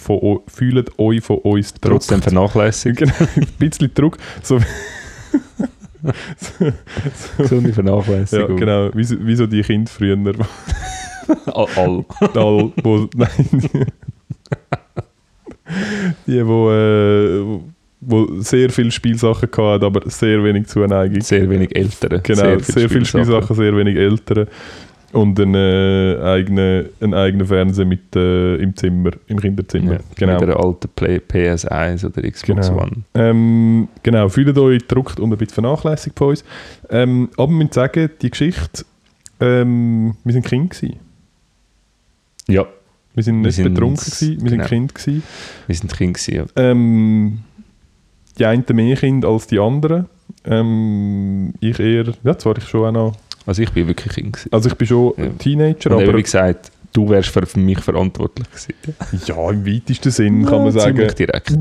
A: trotzdem vernachlässigt.
C: Genau, ein bisschen Druck. So
A: eine Vernachlässigung.
C: Ja, genau, wie so die Kinder früher.
A: All.
C: Nein. Die, wo sehr viele Spielsachen hatten, aber sehr wenig Zuneigung.
A: Sehr wenig Ältere.
C: Genau, sehr viele Spielsachen, sehr wenig Ältere. Und einen eigenen Fernseher im Kinderzimmer.
A: Ja,
C: genau.
A: Mit einer alten PS1 oder Xbox
C: One. Genau, fühlt euch gedruckt und ein bisschen vernachlässigt von uns. Aber wir müssen sagen, die Geschichte, wir sind Kinder gewesen.
A: Ja.
C: Wir sind nicht betrunken gewesen, wir sind Kinder gewesen.
A: Wir sind Kinder gewesen, ja.
C: Die einen mehr Kinder als die anderen. Ich eher, ja, zwar ich schon auch noch.
A: Also ich bin wirklich Kind gewesen.
C: Also ich bin schon Teenager,
A: und aber wie gesagt, du wärst für mich verantwortlich gewesen.
C: Ja, im weitesten Sinn kann man sagen.
A: Ziemlich direkt.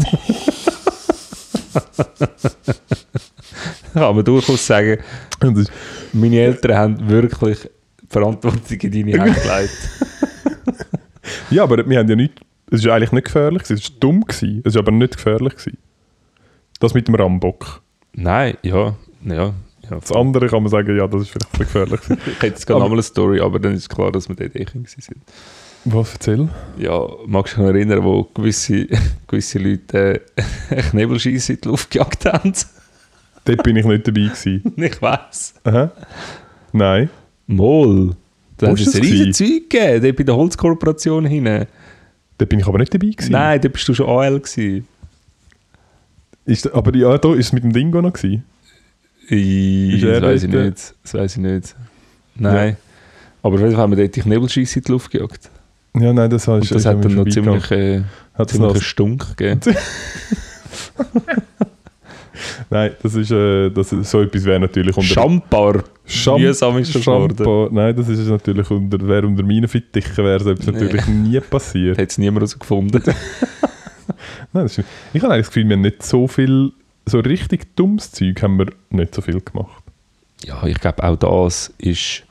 A: Kann man durchaus sagen, meine Eltern haben wirklich Verantwortung in deine Hände gelegt.
C: Ja, aber wir haben ja nicht, es war eigentlich nicht gefährlich, es war dumm gewesen, es war aber nicht gefährlich gewesen. Das mit dem Rambock.
A: Nein, ja.
C: Das andere kann man sagen, ja, das ist vielleicht gefährlich gewesen.
A: Ich hätte jetzt gerade nochmal eine Story, aber dann ist klar, dass wir dort Kinder sind.
C: Was, erzähl?
A: Ja, magst du dich noch erinnern, wo gewisse Leute Knebelscheisse in die Luft gejagt haben?
C: Dort bin ich nicht dabei gewesen.
A: Ich weiss.
C: Aha. Nein.
A: Mol. Da hat es ein riesen Zeug gegeben, dort bei der Holzkorporation hinten.
C: Dort bin ich aber nicht dabei gewesen.
A: Nein, dort bist du schon AL gewesen.
C: Aber ja, da ist es mit dem Dingo noch gewesen?
A: Das weiss ich nicht. Nein. Ja. Aber auf jeden Fall haben wir dort die Knebelscheisse in die Luft gejagt.
C: Ja, nein, das heißt,
A: das hat dann noch ziemlich Stunk gegeben.
C: Nein, das ist so etwas wäre natürlich unter...
A: Schambar. Mühsam ist das geworden.
C: Nein, das ist natürlich unter meinen Fittichen wäre so etwas natürlich nie passiert.
A: Hat es niemand herausgefunden.
C: Nein, ich habe eigentlich das Gefühl, wir haben nicht so viel, so richtig dummes Zeug haben wir nicht so viel gemacht.
A: Ja, ich glaube auch das ist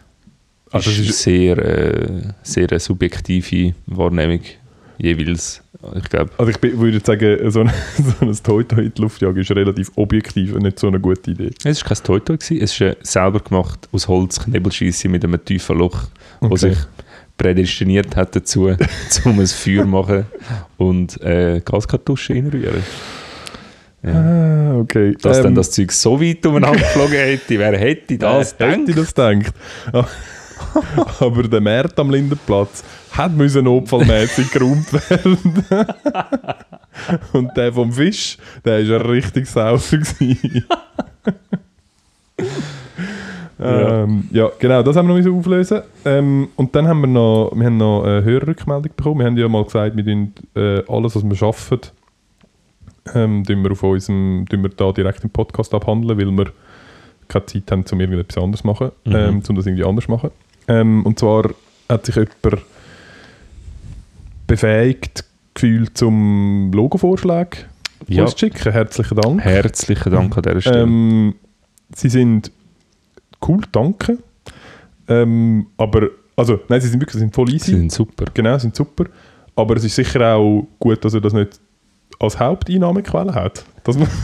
A: sehr eine subjektive Wahrnehmung jeweils. Ich glaube.
C: Also ich würde sagen, so ein Toy-Toy in die Luft jagen ist relativ objektiv und nicht so eine gute Idee.
A: Es war kein Toy-Toy, es ist selber gemacht aus Holz Knebelscheisse mit einem tiefen Loch, wo sich prädestiniert hat dazu, um ein Feuer zu machen und Gaskartusche reinrühren.
C: Ja. Okay.
A: Dass dann das Zeug so weit umeinander geflogen hätte, wer hätte das gedacht?
C: Hätte das gedacht. Aber der Markt am Lindenplatz musste notfallmäßig geräumt werden. Und der vom Fisch, der war ja richtig sauer gewesen. Ja, genau, das haben wir noch auflösen. Und dann haben wir noch eine Hörerrückmeldung bekommen. Wir haben ja mal gesagt, wir tun alles, was wir schaffen, tun wir da direkt im Podcast abhandeln, weil wir keine Zeit haben, um irgendetwas anderes zu machen, um das irgendwie anders zu machen. Und zwar hat sich jemand befähigt gefühlt, zum Logo-Vorschlag uns zu schicken. Herzlichen Dank.
A: Herzlichen Dank an dieser Stelle.
C: Sie sind cool, danke. Aber, also, nein, sie sind voll easy.
A: Sie sind super.
C: Genau, sind super. Aber es ist sicher auch gut, dass er das nicht als Haupteinnahmequelle hat. Dass man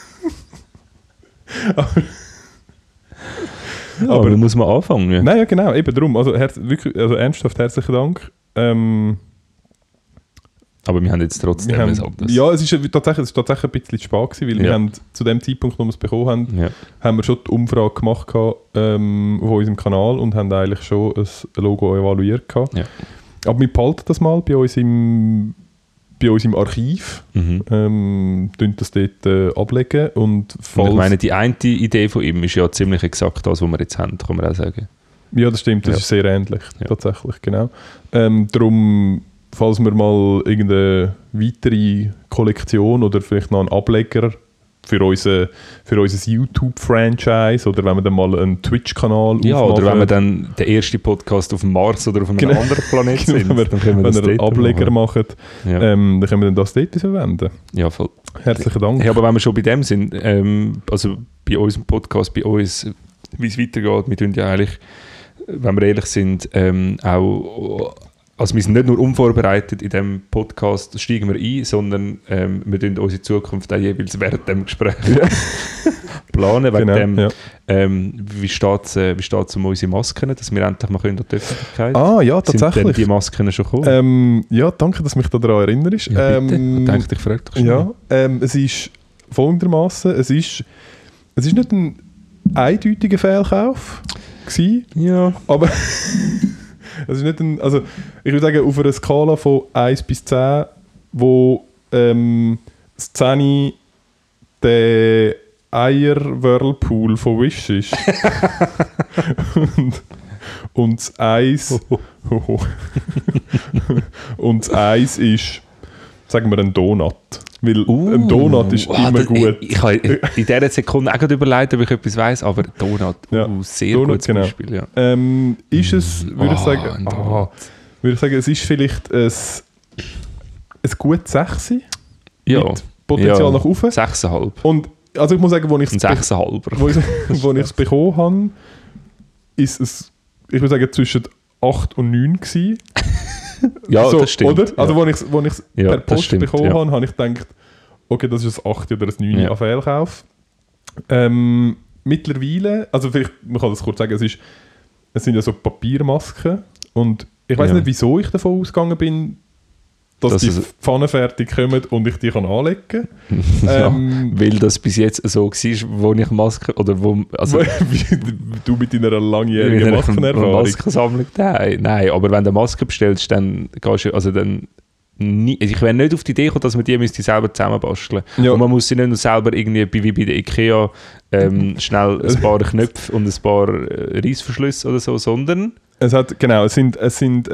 A: aber muss man anfangen. Ja.
C: Nein, ja, genau, eben darum. Also, wirklich, ernsthaft herzlichen Dank.
A: Aber wir haben jetzt trotzdem
C: es ist tatsächlich ein bisschen spät gewesen, weil wir haben zu dem Zeitpunkt, wo wir es bekommen haben, haben wir schon die Umfrage gemacht auf unserem Kanal und haben eigentlich schon ein Logo evaluiert. Ja. Aber wir behalten das mal bei uns im Archiv, tun das dort ablegen. Und
A: ich meine, die eine Idee von ihm ist ja ziemlich exakt das, was wir jetzt haben, kann man auch sagen.
C: Ja, das stimmt, das ist sehr ähnlich, tatsächlich, genau. Darum, falls wir mal irgendeine weitere Kollektion oder vielleicht noch einen Ableger für unser YouTube-Franchise oder wenn wir dann mal einen Twitch-Kanal aufmachen. Ja,
A: oder wenn wir dann den ersten Podcast auf dem Mars oder auf einem anderen Planeten sind, dann können wir das
C: einen Ableger machen, dann können wir dann das dort verwenden.
A: Ja, voll.
C: Herzlichen Dank.
A: Ja, aber wenn wir schon bei dem sind, also bei unserem Podcast, bei uns, wie es weitergeht, wir tun ja eigentlich, wenn wir ehrlich sind, auch... Also wir sind nicht nur unvorbereitet in diesem Podcast, steigen wir ein, sondern wir tun unsere Zukunft auch jeweils während dem Gespräch planen. Wegen dem, wie steht es um unsere Masken, dass wir endlich mal in die Öffentlichkeit können?
C: Ah ja, tatsächlich.
A: Sind denn die Masken schon gekommen?
C: Ja, danke, dass du mich daran erinnerst.
A: Ja, bitte. Ich denke, ich frage dich schon.
C: Ja, es ist folgendermaßen, es ist nicht ein eindeutiger Fehlkauf gewesen, aber... Es ist nicht also ich würde sagen, auf einer Skala von 1 bis 10, wo das 10 der Eier-Whirlpool von Wish ist. und das 1 und das 1 ist, sagen wir, ein Donut. Weil ein Donut ist immer gut.
A: Ich habe in dieser Sekunde auch überlegt, ob ich etwas weiss, aber Donut, sehr
C: Donut,
A: gutes Beispiel. Ja.
C: Ist es, würde ich sagen, es ist vielleicht ein gutes 6 mit Potenzial nach oben.
A: 6,5.
C: Und also ich muss sagen, als ich es bekommen habe, ist es, ich würde sagen, zwischen 8 und 9 gewesen.
A: Ja, so, das stimmt.
C: Oder? Also, als ich es per Post bekommen habe, habe ich gedacht, okay, das ist ein 8 oder ein 9 an Fehlkauf. Mittlerweile, also vielleicht, man kann das kurz sagen, es sind ja so Papiermasken und ich weiß nicht, wieso ich davon ausgegangen bin, dass die pfannenfertig kommen und ich die anlegen kann.
A: Weil das bis jetzt so war, wo ich Masken... Oder wo, also
C: du mit deiner langjährigen Maskenerfahrung.
A: Maskensammlung, nein, aber wenn du eine Maske bestellst, dann gehst du... Also dann ich wäre nicht auf die Idee gekommen, dass man die selber zusammenbasteln müsste. Ja. Und man muss sie nicht nur selber irgendwie, wie bei der Ikea, schnell ein paar Knöpfe und ein paar Reissverschlüsse oder so, sondern... Es
C: sind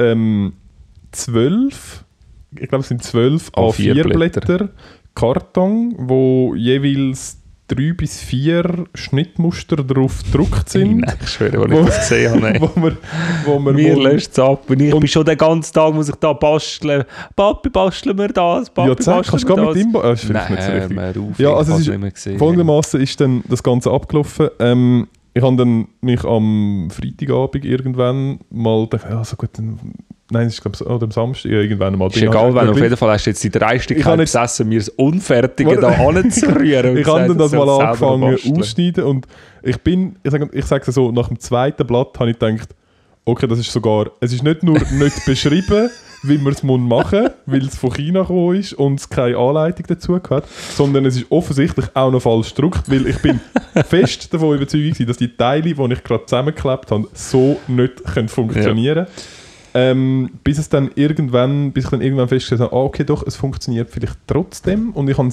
C: 12... Ich glaube, es sind 12 A4-Blätter Karton, wo jeweils 3 bis 4 Schnittmuster drauf gedruckt sind.
A: Nein, ich schwöre, als ich das gesehen habe.
C: Mir
A: löscht es ab. Und ich bin schon den ganzen Tag, muss ich da basteln. Papi, basteln wir das? Papi,
C: ja, zeig, kannst du mit ihm basteln?
A: Nein,
C: ja, also es ist, folgendermaßen ist dann das Ganze abgelaufen. Ich habe dann mich am Freitagabend irgendwann mal gedacht, ja, so gut, nein, es ist glaube ich oder am Samstag irgendwann mal.
A: Ist egal, wenn auf jeden Fall hast du jetzt die Dreistigkeit besessen, mir das Unfertige da anzurühren.
C: Ich habe dann das mal angefangen ausschneiden und ich sage es so, nach dem zweiten Blatt habe ich gedacht, okay, das ist sogar, es ist nicht nur nicht beschrieben, wie man es machen muss, weil es von China gekommen ist und es keine Anleitung dazu hat, sondern es ist offensichtlich auch noch falsch gedruckt, weil ich bin fest davon überzeugt, dass die Teile, die ich gerade zusammengeklebt habe, so nicht funktionieren können. Bis ich dann irgendwann festgestellt habe, okay, doch, es funktioniert vielleicht trotzdem. Und ich habe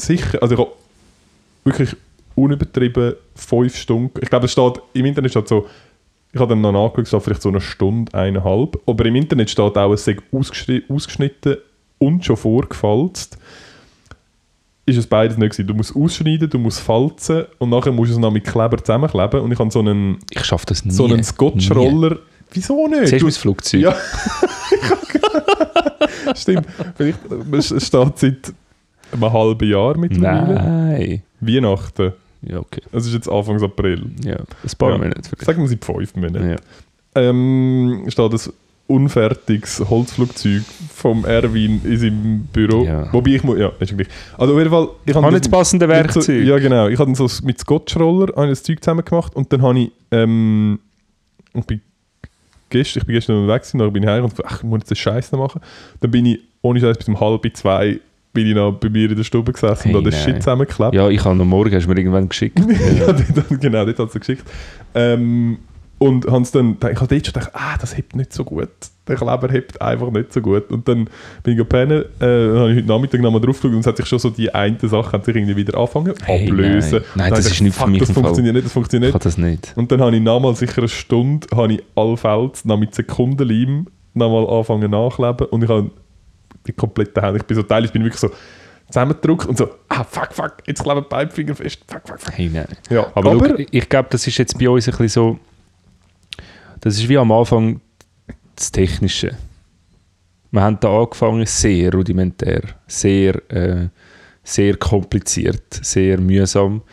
C: wirklich unübertrieben 5 Stunden, ich glaube, im Internet steht so, ich habe dann noch nachgeschaut, es steht vielleicht so eine Stunde, 1,5. Aber im Internet steht auch, es sei ausgeschnitten und schon vorgefalzt. Ist es beides nicht gewesen. Du musst ausschneiden, du musst falzen und nachher musst du es noch mit Kleber zusammenkleben. Und ich habe so einen Scotch-Roller. Wieso nicht?
A: Siehst du das Flugzeug?
C: Ja. Stimmt. Es steht seit einem halben Jahr mittlerweile.
A: Nein.
C: Weihnachten.
A: Ja, okay.
C: Es ist jetzt Anfang April.
A: Ja, ein paar Monate.
C: Sagen wir seit 5 Monaten. Ja. Steht ein unfertiges Holzflugzeug vom Erwin in seinem Büro. Ja. Wobei ich muss... Ja, ist gleich. Also auf jeden Fall... Ich habe
A: jetzt passende Werkzeug.
C: Ja, genau. Ich habe so mit Scotch-Roller das Zeug zusammen gemacht und dann habe ich... ich bin gestern unterwegs gewesen, dann bin ich heim und ich muss jetzt den Scheiß noch machen. Dann bin ich ohne Scheiß bis um 1:30 bin ich noch bei mir in der Stube gesessen und habe den Shit zusammengeklebt.
A: Ja, ich habe noch morgen, hast du mir irgendwann geschickt.
C: Ja, genau, dort hat es geschickt. Und ich habe dort schon gedacht, das hebt nicht so gut. Der Kleber hebt einfach nicht so gut. Und dann bin ich gepennt, habe ich heute Nachmittag nochmal drauf geschaut und es hat sich schon so die eine Sache hat sich irgendwie wieder angefangen ablösen.
A: Nein, das ist nicht für mich
C: das funktioniert nicht, das funktioniert nicht.
A: Ich kann das nicht.
C: Und dann habe ich nochmal sicher eine Stunde, habe ich allfällig noch mit Sekundenleim nochmal angefangen nachkleben und ich habe die komplette Hände, ich bin so teilweise bin ich wirklich so zusammengedrückt und so, fuck, jetzt kleben beide Finger fest, fuck.
A: Hey, nein.
C: Ja,
A: aber schau, ich glaube, das ist jetzt bei uns ein bisschen so, das ist wie am Anfang das Technische. Wir haben da angefangen sehr rudimentär, sehr kompliziert, sehr mühsam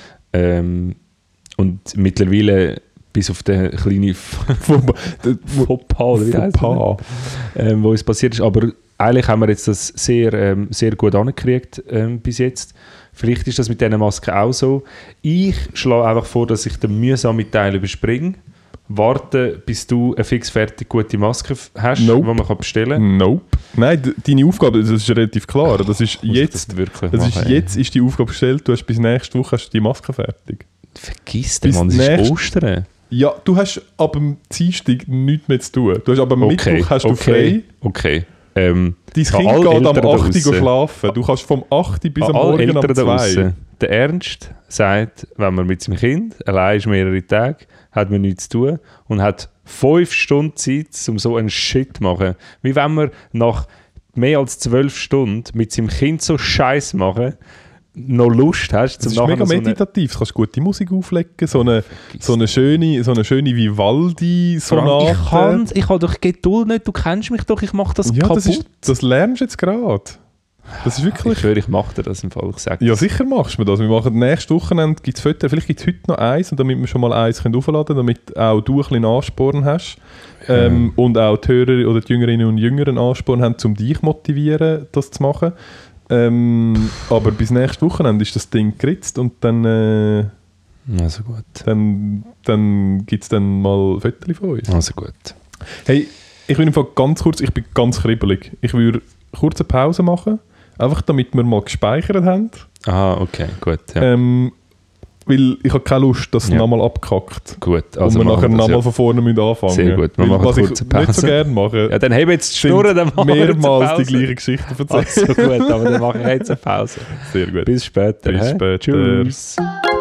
A: und mittlerweile bis auf den kleinen Fauxpas, wo es passiert ist. Aber eigentlich haben wir jetzt das sehr, sehr gut angekriegt bis jetzt. Vielleicht ist das mit diesen Masken auch so. Ich schlage einfach vor, dass ich den mühsamen Teil überspringe. Warte, bis du eine fixfertig gute Maske hast, die man bestellen kann.
C: Nope. Nein, deine Aufgabe, das ist relativ klar. Das ist jetzt, jetzt ist die Aufgabe gestellt, du hast bis nächste Woche hast du die Maske fertig.
A: Vergiss den, Mann, das ist Ostern.
C: Ja, du hast ab dem Dienstag nichts mehr zu tun. Du hast ab dem Mittwoch hast du frei.
A: Okay.
C: Dein Kind geht am 8 Uhr schlafen. Du kannst vom 8 bis am Morgen um 2.
A: Der Ernst sagt, wenn man mit seinem Kind allein ist mehrere Tage, hat man nichts zu tun und hat 5 Stunden Zeit, um so einen Shit zu machen. Wie wenn man nach mehr als 12 Stunden mit seinem Kind so Scheiß machen, noch Lust hast.
C: Das ist mega meditativ. Du kannst gute Musik auflegen, so eine schöne Vivaldi-Sonate.
A: Ich habe doch Geduld nicht, du kennst mich doch, ich mache das kaputt.
C: Das lernst du jetzt gerade. Das ist wirklich...
A: Ich höre, ich mache dir das im Fall.
C: Ja, sicher machst du mir das. Wir machen nächstes Wochenende gibt's Fotos, vielleicht gibt es heute noch eins, und damit wir schon mal eins aufladen können, damit auch du ein bisschen Ansporn hast. Und auch die Hörer oder die Jüngerinnen und Jünger einen Ansporn haben, um dich zu motivieren, das zu machen. Aber bis nächstes Wochenende ist das Ding geritzt und dann...
A: Also gut.
C: Dann gibt es dann mal Fotos von uns.
A: Also gut.
C: Hey, ich will einfach ganz kurz, ich bin ganz kribbelig. Ich würde kurz eine Pause machen, einfach damit wir mal gespeichert haben.
A: Okay, gut. Ja.
C: Weil ich habe keine Lust, dass es nochmal abkackt.
A: Gut,
C: also und wir nachher nochmal von vorne anfangen.
A: Sehr gut, wir machen
C: was
A: kurze
C: ich
A: Pause.
C: Nicht so gerne mache.
A: Ja, dann habe ich jetzt die Schnurren, dann machen wir
C: mehrmals die gleiche Geschichte erzählen.
A: Also gut, aber dann mache ich jetzt eine Pause.
C: Sehr gut.
A: Bis später.
C: Bis später.
A: Tschüss.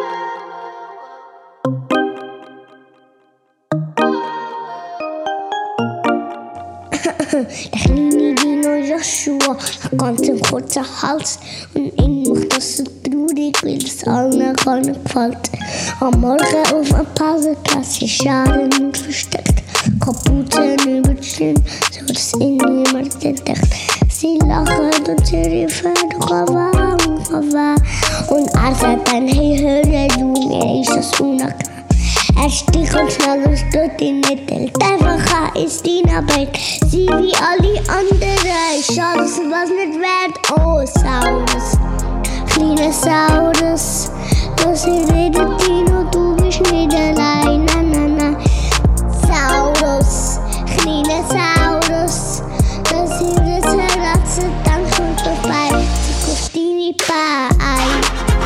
D: Der kleine Dino Joshua hat ganz einen kurzen Hals und ihn macht das so traurig, weil es allen gar nicht gefällt. Am Morgen auf einer Pausenklasse Scharen und versteckt, Kapuzen über die Stirn, so dass ihn niemand entdeckt. Sie lachen und sie rufen, Kava. Und er sagt dann, hey, höre du, mir ist das unangenehm. Er stichelt schnell und stört ihn nicht. Einfach ist ihn aber sie wie alle anderen. Schade, dass was nicht wert. Oh, Saurus, kleiner Saurus. Das redet Dino, du bist nicht allein. Na. Saurus, kleiner Saurus. Das redet Herzen, dann kommt vorbei. Sie kauft deine Beine.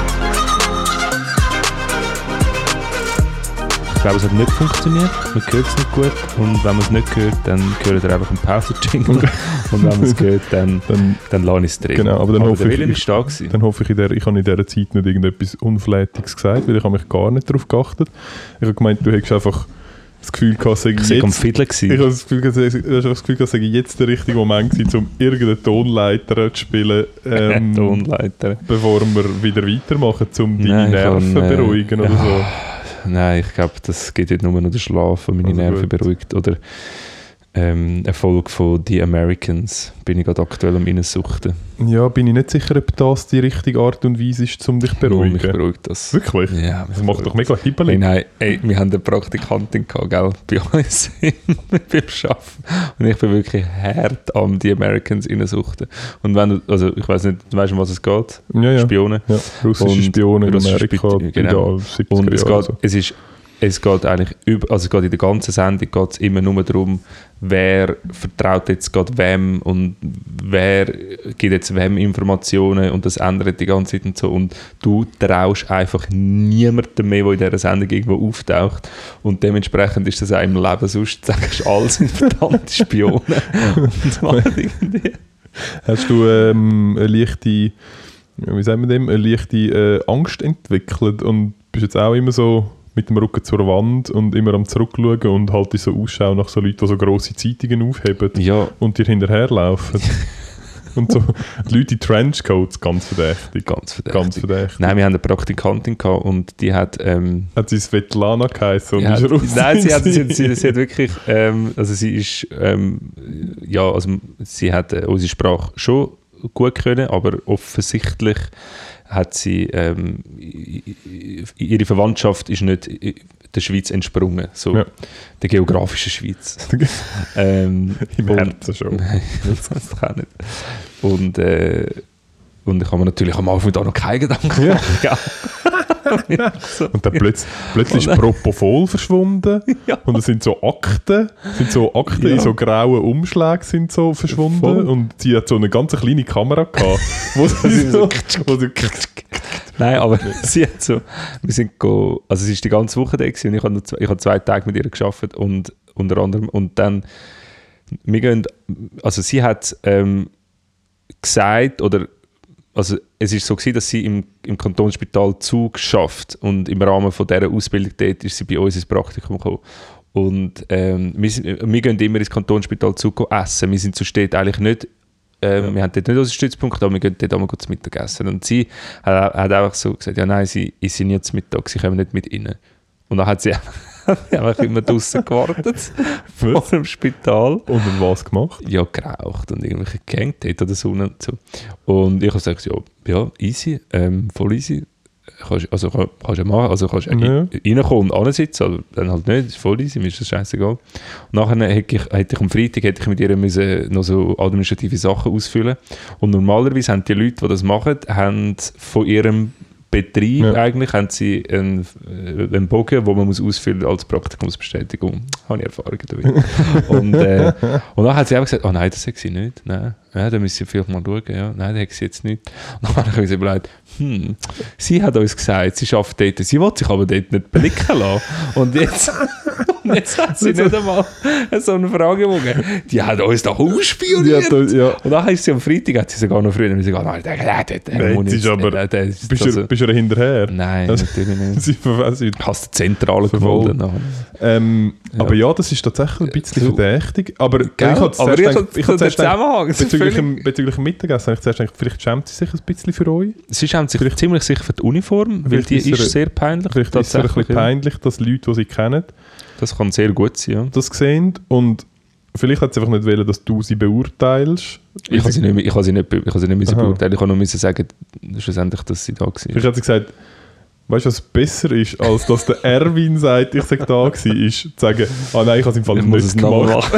A: Ich glaube, es hat nicht funktioniert, man hört es nicht gut und wenn man es nicht hört, dann hört ihr einfach einen Pause-Jingle und wenn man es hört, dann lasse ich es drin.
C: Genau, aber dann hoffe
A: der Willen ist da gewesen.
C: Dann hoffe ich, ich habe in dieser Zeit nicht irgendetwas Unflätiges gesagt, weil ich habe mich gar nicht darauf geachtet. Ich habe gemeint, du hättest einfach das Gefühl gehabt, ich
A: war am Fiddle. Ich
C: habe das Gefühl gehabt, jetzt der richtige Moment gewesen, um irgendeine Tonleiter zu spielen, bevor wir wieder weitermachen, um deine Nerven zu beruhigen oder so.
A: Nein, ich glaube, das geht nicht nur noch der Schlaf, der meine Nerven beruhigt. Oder eine Folge von «The Americans» bin ich gerade aktuell am Reinsuchten.
C: Ja, bin ich nicht sicher, ob das die richtige Art und Weise ist, um dich zu beruhigen.
A: Mich beruhigt das.
C: Wirklich?
A: Ja,
C: das macht doch mega hibbelig.
A: Nein, wir haben eine Praktikantin gehabt, gell, bei uns beim Arbeiten. Und ich bin wirklich hart am «The Americans» reinsuchten. Und wenn du, also ich weiss nicht, du weißt, um was es geht?
C: Ja.
A: Spione.
C: Ja, russische Spione in Amerika.
A: Genau. Und es ist es geht eigentlich es geht in der ganzen Sendung geht's immer nur darum, wer vertraut jetzt gerade wem und wer gibt jetzt wem Informationen und das ändert die ganze Zeit und so. Und du traust einfach niemandem mehr, der in dieser Sendung irgendwo auftaucht. Und dementsprechend ist das auch im Leben sonst, sagst du, alles sind verdammte Spione. Und machen irgendwie.
C: Hast du eine leichte, wie sagen wir dem, eine leichte Angst entwickelt und bist jetzt auch immer so mit dem Rücken zur Wand und immer am Zurückschauen und halt so Ausschau nach so Leuten, die so grosse Zeitungen aufheben und dir hinterherlaufen? Und so die Leute in Trenchcoats, ganz verdächtig.
A: Ganz verdächtig.
C: Nein,
A: wir haben eine Praktikantin gehabt und die hat...
C: hat sie Svetlana geheißen?
A: Ja, nein, sie hat wirklich... also sie ist... also sie hat unsere Sprache schon gut können, aber offensichtlich hat sie... ihre Verwandtschaft ist nicht der Schweiz entsprungen, so der geografischen Schweiz.
C: Im Herzen schon.
A: Nein, das auch nicht. Und ich habe mir natürlich am Anfang da noch keine Gedanken gemacht.
C: So. Und dann plötzlich ist Propofol verschwunden und es sind so Akten in so grauen Umschlägen sind so verschwunden. Voll. Und sie hat so eine ganz kleine Kamera gehabt, wo sie so
A: Nein, aber sie hat so, sie war die ganze Woche da und ich habe 2 Tage mit ihr gearbeitet und unter anderem, und dann, sie hat gesagt, oder, also es ist so gewesen, dass sie im Kantonsspital Zug schafft und im Rahmen von dieser Ausbildung dort ist sie bei uns ins Praktikum gekommen. Und wir gehen immer ins Kantonsspital Zug essen, wir sind zu Städten eigentlich nicht. Wir haben dort nicht unseren Stützpunkt, aber wir gehen dort einmal zu Mittag essen. Und sie hat einfach so gesagt, ja nein, sie sind jetzt Mittag, sie kommen nicht mit rein. Und dann hat sie einfach immer draußen gewartet, vor dem Spital.
C: Und dann was gemacht?
A: Ja, geraucht und irgendwelche gehängt dort an der Sonne und so. Und ich habe gesagt, ja, easy, voll easy. Kannst du machen, reinkommen und ansitzen, also dann halt nicht, das ist voll easy, mir ist das scheißegal. Und nachher hätte ich am Freitag mit ihr noch so administrative Sachen ausfüllen. Und normalerweise haben die Leute, die das machen, haben von ihrem Betrieb eigentlich haben sie einen Bogen, den man muss ausfüllen als Praktikumsbestätigung. Habe ich Erfahrungen damit. Und dann hat sie einfach gesagt, nein, das hat sie nicht. Nein, da müssen Sie vielleicht mal schauen. Ja. Nein, das hat sie jetzt nicht. Und dann habe ich mir überlegt, sie hat uns gesagt, sie arbeitet dort, sie will sich aber dort nicht blicken lassen. Und jetzt hat sie nicht einmal so eine Fragebogen. Die hat uns doch ausspioniert. Und dann ist sie am Freitag, hat sie sogar noch früher gesagt,
C: bist du hinterher?
A: Nein, natürlich nicht. Ich habe die Zentrale gefunden.
C: Aber ja, das ist tatsächlich ein bisschen verdächtig. Aber ich habe zuerst bezüglich dem Mittagessen, habe ich zuerst gedacht, vielleicht schämt sie sich ein bisschen für euch.
A: Sie schämt sich ziemlich sicher für die Uniform, weil die ist sehr peinlich.
C: Vielleicht ist es ein bisschen peinlich, dass Leute, die sie kennen,
A: das kann sehr gut sein, ja.
C: Das sehen. Und vielleicht hat sie einfach nicht wollen, dass du sie beurteilst.
A: Ich kann sie nicht beurteilen. Ich kann nur sagen, schlussendlich, dass sie da war.
C: Vielleicht hat sie gesagt, weißt du, was besser ist, als dass der Erwin sagt, ich sage da war, ist zu sagen, nein, ich habe es im Fall nicht gemacht.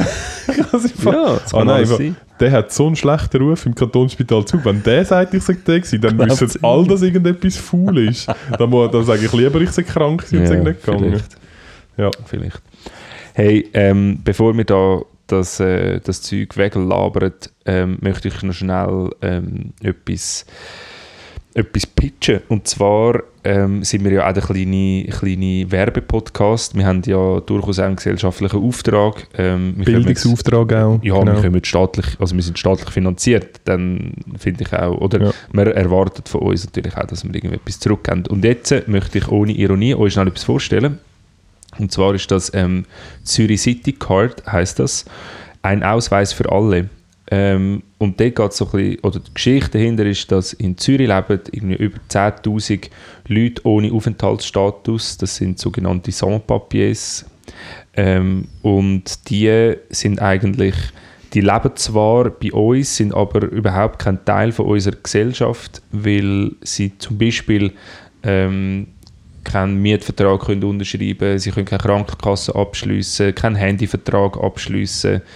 C: Der hat so einen schlechten Ruf im Kantonsspital Zug. Wenn der sagt, ich sage da war, dann wissen alle, dass irgendetwas faul ist. Dann sage ich lieber, ich sage krank und sage nicht gegangen.
A: Vielleicht. Hey, bevor wir da das Zeug weglabern, möchte ich noch schnell etwas pitchen. Und zwar sind wir ja auch ein kleiner Werbepodcast. Wir haben ja durchaus auch einen gesellschaftlichen Auftrag.
C: Bildungsauftrag auch.
A: Ja, genau. Wir sind staatlich finanziert. Dann finde ich auch, man erwartet von uns natürlich auch, dass wir irgendetwas zurückgeben. Und jetzt möchte ich ohne Ironie euch noch etwas vorstellen. Und zwar ist das Zürich City Card, heisst das. Ein Ausweis für alle. Und dort geht so ein bisschen, oder die Geschichte dahinter ist, dass in Zürich leben irgendwie über 10'000 Leute ohne Aufenthaltsstatus. Das sind sogenannte Sans-Papiers. Und die sind eigentlich, die leben zwar bei uns, sind aber überhaupt kein Teil von unserer Gesellschaft, weil sie zum Beispiel keinen Mietvertrag können unterschreiben, sie können keine Krankenkasse abschliessen, keinen Handyvertrag abschliessen.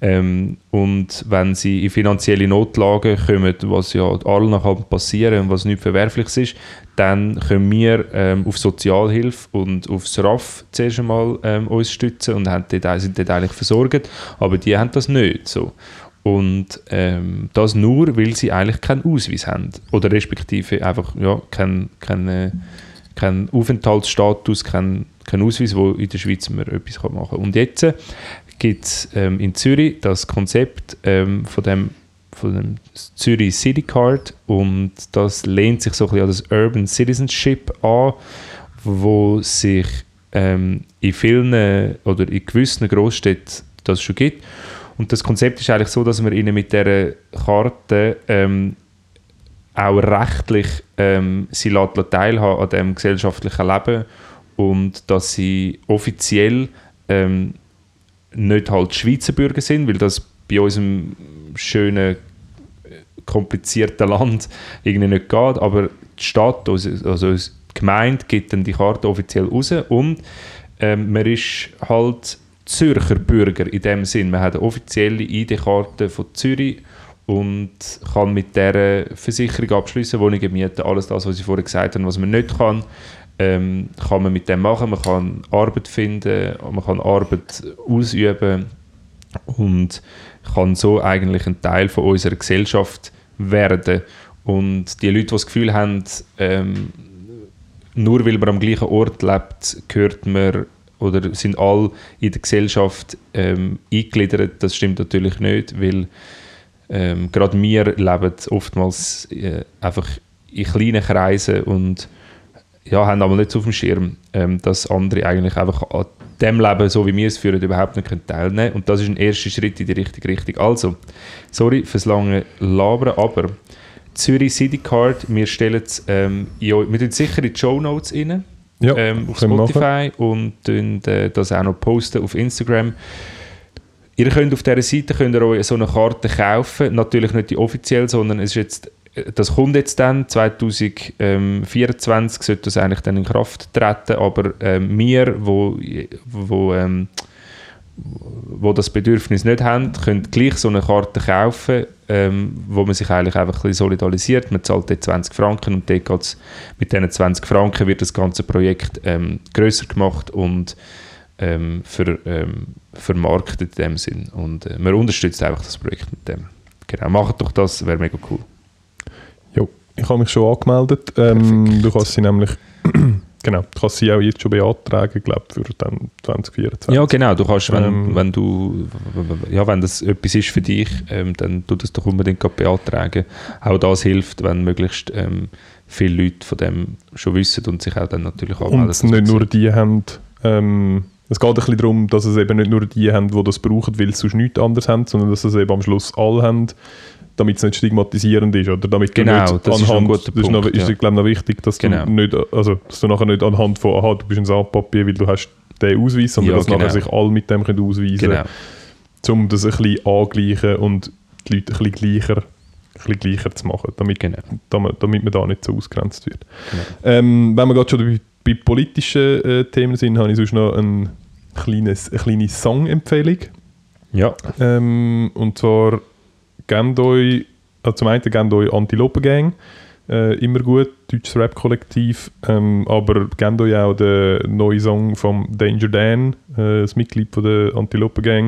A: Und wenn sie in finanzielle Notlagen kommen, was ja allen kann passieren und was nicht verwerflich ist, dann können wir auf Sozialhilfe und aufs RAF zuerst einmal uns stützen und sind dort eigentlich versorgt, aber die haben das nicht so. Und das nur, weil sie eigentlich keinen Ausweis haben oder respektive einfach keinen Aufenthaltsstatus, keinen Ausweis, wo in der Schweiz man etwas machen kann. Und jetzt gibt es in Zürich das Konzept von dem Zürich City Card und das lehnt sich so ein bisschen an das Urban Citizenship an, wo sich in vielen oder in gewissen Großstädten das schon gibt. Und das Konzept ist eigentlich so, dass man ihnen mit dieser Karte auch rechtlich sie teilhaben an diesem gesellschaftlichen Leben und dass sie offiziell nicht halt Schweizer Bürger sind, weil das bei unserem schönen, komplizierten Land irgendwie nicht geht, aber die Stadt, also die Gemeinde, gibt dann die Karte offiziell raus und man ist halt Zürcher Bürger in dem Sinn. Man hat eine offizielle ID-Karte von Zürich und kann mit dieser Versicherung abschließen, Wohnungen mieten, alles das, was ich vorher gesagt habe, was man nicht kann man mit dem machen. Man kann Arbeit finden, man kann Arbeit ausüben und kann so eigentlich ein Teil von unserer Gesellschaft werden. Und die Leute, die das Gefühl haben, nur weil man am gleichen Ort lebt, gehört man oder sind alle in der Gesellschaft eingegliedert, das stimmt natürlich nicht, weil gerade wir leben oftmals einfach in kleinen Kreisen und haben aber nicht so auf dem Schirm, dass andere eigentlich einfach an dem Leben, so wie wir es führen, überhaupt nicht teilnehmen können. Und das ist ein erster Schritt in die richtige Richtung. Also, sorry fürs lange Labern, aber Zürich City Card, wir stellen es wir tun sicher in die Shownotes rein, auf Spotify und das auch noch posten auf Instagram. Ihr könnt auf dieser Seite euch so eine Karte kaufen, natürlich nicht die offiziell, sondern es ist jetzt, das kommt jetzt dann, 2024 sollte das eigentlich dann in Kraft treten, aber wir, wo das Bedürfnis nicht haben, können gleich so eine Karte kaufen, wo man sich eigentlich einfach ein bisschen solidarisiert. Man zahlt dort 20 Franken und dort geht's, mit diesen 20 Franken wird das ganze Projekt grösser gemacht und vermarktet in dem Sinn. Und man unterstützt einfach das Projekt mit dem. Genau, macht doch das, wäre mega cool.
C: Jo, ich habe mich schon angemeldet. Du kannst sie nämlich genau, du kannst sie auch jetzt schon beantragen, glaube ich, für dann 2024.
A: Ja, genau, du kannst, wenn das etwas ist für dich, dann tu das doch unbedingt beantragen. Auch das hilft, wenn möglichst viele Leute von dem schon wissen und sich auch dann natürlich anmelden.
C: Und nicht nur die haben, es geht ein bisschen darum, dass es eben nicht nur die haben, die das brauchen, weil sie sonst nichts anderes haben, sondern dass es eben am Schluss alle haben, damit es nicht stigmatisierend ist, oder damit
A: genau,
C: du nicht
A: das
C: anhand,
A: ist ein guter Punkt,
C: ist glaube ich noch wichtig, dass
A: genau.
C: du nicht, also dass du nachher nicht anhand von, du bist ein Sandpapier, weil du hast den Ausweis, sondern dass nachher sich alle mit dem ausweisen können, um das ein bisschen angleichen und die Leute ein bisschen gleicher zu machen, damit man da nicht so ausgrenzt wird. Genau. Wenn wir gerade schon bei politischen Themen sind, habe ich sonst noch eine kleine Song-Empfehlung.
A: Ja.
C: Und zwar gebt euch, zum einen gebt euch Antilopen-Gang, immer gut, deutsches Rap-Kollektiv, aber gebt euch auch den neuen Song von Danger Dan, das Mitglied von der Antilopen-Gang,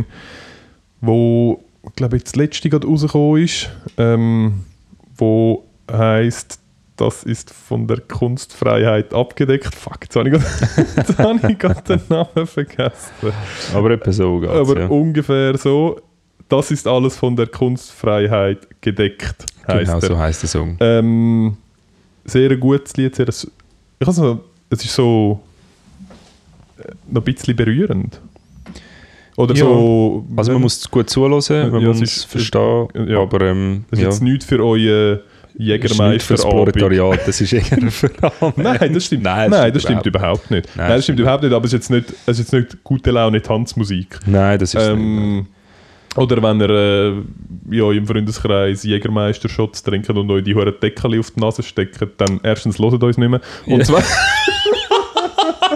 C: wo, ich glaube, jetzt das letzte gerade rausgekommen ist, wo heisst, das ist von der Kunstfreiheit abgedeckt. Fuck, jetzt habe ich gerade den Namen vergessen.
A: Aber etwa so geht's,
C: aber ungefähr so. Das ist alles von der Kunstfreiheit gedeckt.
A: Genau, so heisst der Song.
C: Sehr ein gutes Lied. Es ist so noch ein bisschen berührend. Oder ja, so,
A: also man muss es gut zuhören, man muss es verstehen. Ja, aber
C: das ist jetzt nichts für euer Jägermeister.
A: Das Proletariat, das ist eher für
C: Nein, das stimmt. Nein, das stimmt überhaupt nicht. Nein, das stimmt überhaupt nicht, aber es ist jetzt nicht gute Laune Tanzmusik.
A: Nein, das ist nicht.
C: Oder wenn ihr im Freundeskreis Jägermeister-Shots trinkt und euch die hohen Deckel auf die Nase steckt, dann erstens hört uns nicht mehr. Und zwar...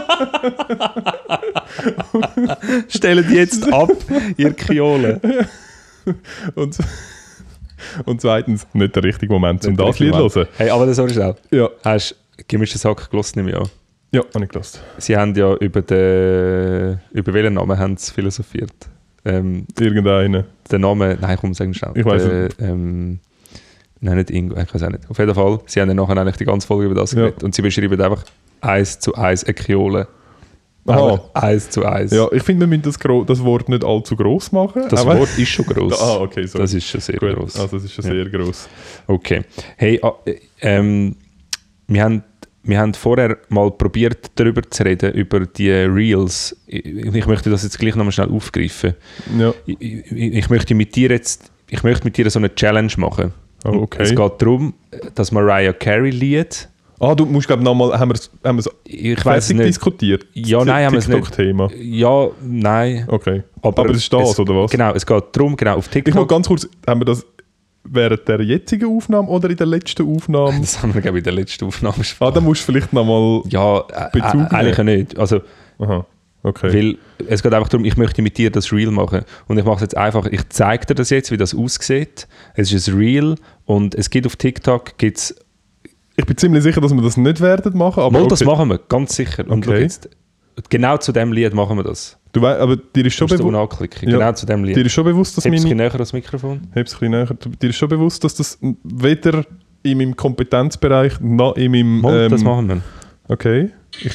A: Stellt jetzt ab, ihr Kiolen.
C: Und zweitens, nicht der richtige Moment, um das Lied zu hören.
A: Hey, aber das ist auch.
C: Ja.
A: Hast du «Gemischten Sack» gehört, nehme ich an?
C: Ja, habe ich gehört.
A: Sie haben ja über welchen Namen haben sie philosophiert?
C: Irgendeinen.
A: Der Name, nein, komm, sag schnell.
C: Ich weiss
A: Nein, nicht Ingo, ich weiß auch nicht. Auf jeden Fall, sie haben ja nachher eigentlich die ganze Folge über das geredet. Und sie beschreiben einfach 1:1 eine Kriole.
C: Aha.
A: 1:1.
C: Ja, ich finde, wir müssen das Wort nicht allzu gross machen.
A: Das Wort ist schon gross.
C: Okay, sorry.
A: Das ist schon sehr gross.
C: Also, das ist schon sehr gross.
A: Okay. Hey, wir haben vorher mal probiert, darüber zu reden, über die Reels. Ich möchte das jetzt gleich nochmal schnell aufgreifen.
C: Ja.
A: Ich möchte mit dir so eine Challenge machen.
C: Oh, okay.
A: Es geht darum, dass Mariah Carey Lied.
C: Du musst, glaube ich, nochmal, haben wir es diskutiert?
A: Ja, nein, haben wir es nicht.
C: TikTok-Thema?
A: Ja, nein.
C: Okay. Aber es ist das, oder was?
A: Genau, es geht darum, auf TikTok.
C: Ich mal ganz kurz, haben wir das während der jetzigen Aufnahme oder in der letzten Aufnahme?
A: Das haben wir, glaube ich, in der letzten Aufnahme gesprochen.
C: Dann musst du vielleicht nochmal
A: Bezug nehmen. Eigentlich nicht. Also,
C: aha, okay.
A: Weil es geht einfach darum, ich möchte mit dir das Reel machen. Und ich mache es jetzt einfach, ich zeige dir das jetzt, wie das aussieht. Es ist ein Reel und es gibt auf TikTok,
C: ich bin ziemlich sicher, dass wir das nicht werden machen. Aber
A: das machen wir, ganz sicher. Und jetzt, genau zu dem Lied machen wir das.
C: Du weißt, aber dir ist schon bewusst.
A: Ja, genau zu dem Lied.
C: Dir ist schon bewusst, dass
A: Heb es ein bisschen näher ans Mikrofon.
C: Dir ist schon bewusst, dass das weder in meinem Kompetenzbereich noch in meinem.
A: Das machen wir.
C: Okay.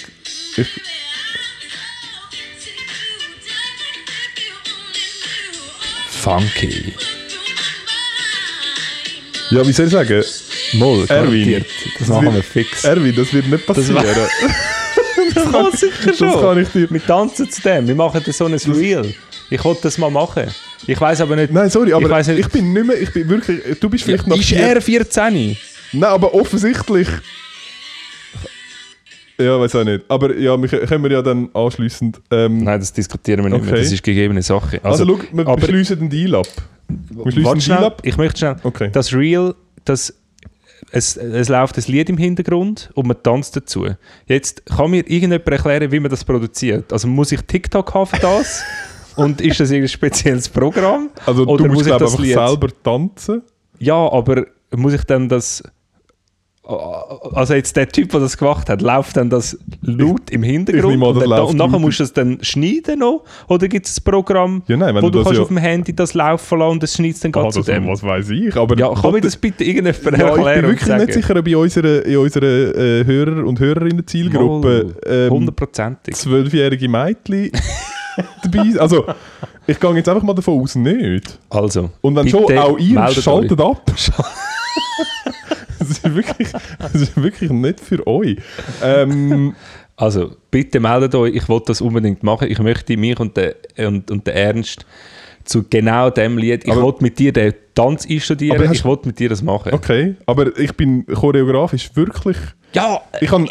A: Funky.
C: Ja, wie soll ich sagen?
A: Erwin, das machen wir fix.
C: Erwin, das wird nicht passieren.
A: Das kann sicher schon.
C: Das kann ich dir.
A: Wir tanzen zu dem, wir machen so ein Reel. Ich wollte das mal machen. Ich weiss aber nicht...
C: Nein, sorry, aber ich bin nicht mehr... Ich bin wirklich... Du bist vielleicht noch...
A: Ist er 14?
C: Nein, aber offensichtlich... Ja, weiß auch nicht. Aber ja, können wir ja dann anschliessend...
A: Nein, das diskutieren wir nicht mehr. Das ist gegebene Sache.
C: Also schau, wir beschliessen den Deal ab.
A: Ich möchte schnell...
C: Okay.
A: Das Reel, es läuft ein Lied im Hintergrund und man tanzt dazu. Jetzt kann mir irgendjemand erklären, wie man das produziert. Also muss ich TikTok haben für das? Und ist das ein spezielles Programm?
C: Also oder du musst glaube einfach selber tanzen?
A: Ja, aber muss ich dann das... Also jetzt der Typ, der das gemacht hat, läuft dann das laut im Hintergrund und nachher musst du es dann schneiden noch? Oder gibt es ein Programm, wo du kannst auf dem Handy das laufen lassen und das schneidet dann gerade zu dem?
C: Was weiss ich. Aber
A: kann mir das bitte irgendjemand erklären?
C: Ich bin wirklich nicht sicher, ob in unserer Hörer- und Hörerinnen-Zielgruppe
A: 100%ig
C: 12-jährige Mädchen dabei sind. Also, ich gehe jetzt einfach mal davon aus, nicht.
A: Also,
C: und wenn schon, auch ihr schaltet ab. Das ist wirklich nicht für euch.
A: Also, bitte meldet euch, ich will das unbedingt machen. Ich möchte mich und den Ernst zu genau dem Lied. Ich will mit dir den Tanz einstudieren, ich will mit dir das machen.
C: Okay, aber ich bin choreografisch wirklich...
A: Ja,
C: ich habe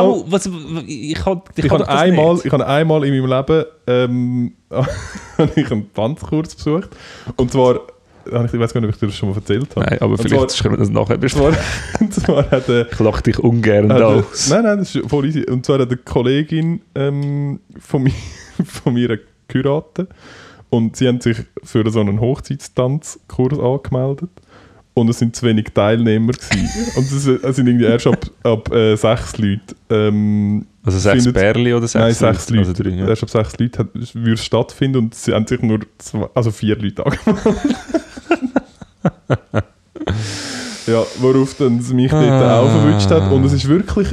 C: einmal in meinem Leben ich einen Tanzkurs besucht. Und zwar... Ich weiß gar nicht, ob ich dir das schon mal erzählt habe.
A: Nein, aber vielleicht können wir das nachher besprechen.
C: Ich
A: lache dich ungern aus.
C: Nein, das ist voll easy. Und zwar hat eine Kollegin von mir geheiratet. Und sie haben sich für so einen Hochzeitstanzkurs angemeldet. Und es sind zu wenig Teilnehmer gewesen. Und es sind irgendwie erst ab 6 Leute.
A: Also 6 Bärli oder 6
C: Leute? Nein, 6 Leute.
A: Also 3, ja.
C: Erst ab 6 Leute würde es stattfinden und sie haben sich nur 4 Leute angemeldet. Ja, worauf dann mich dort auch verwünscht hat. Und es ist wirklich,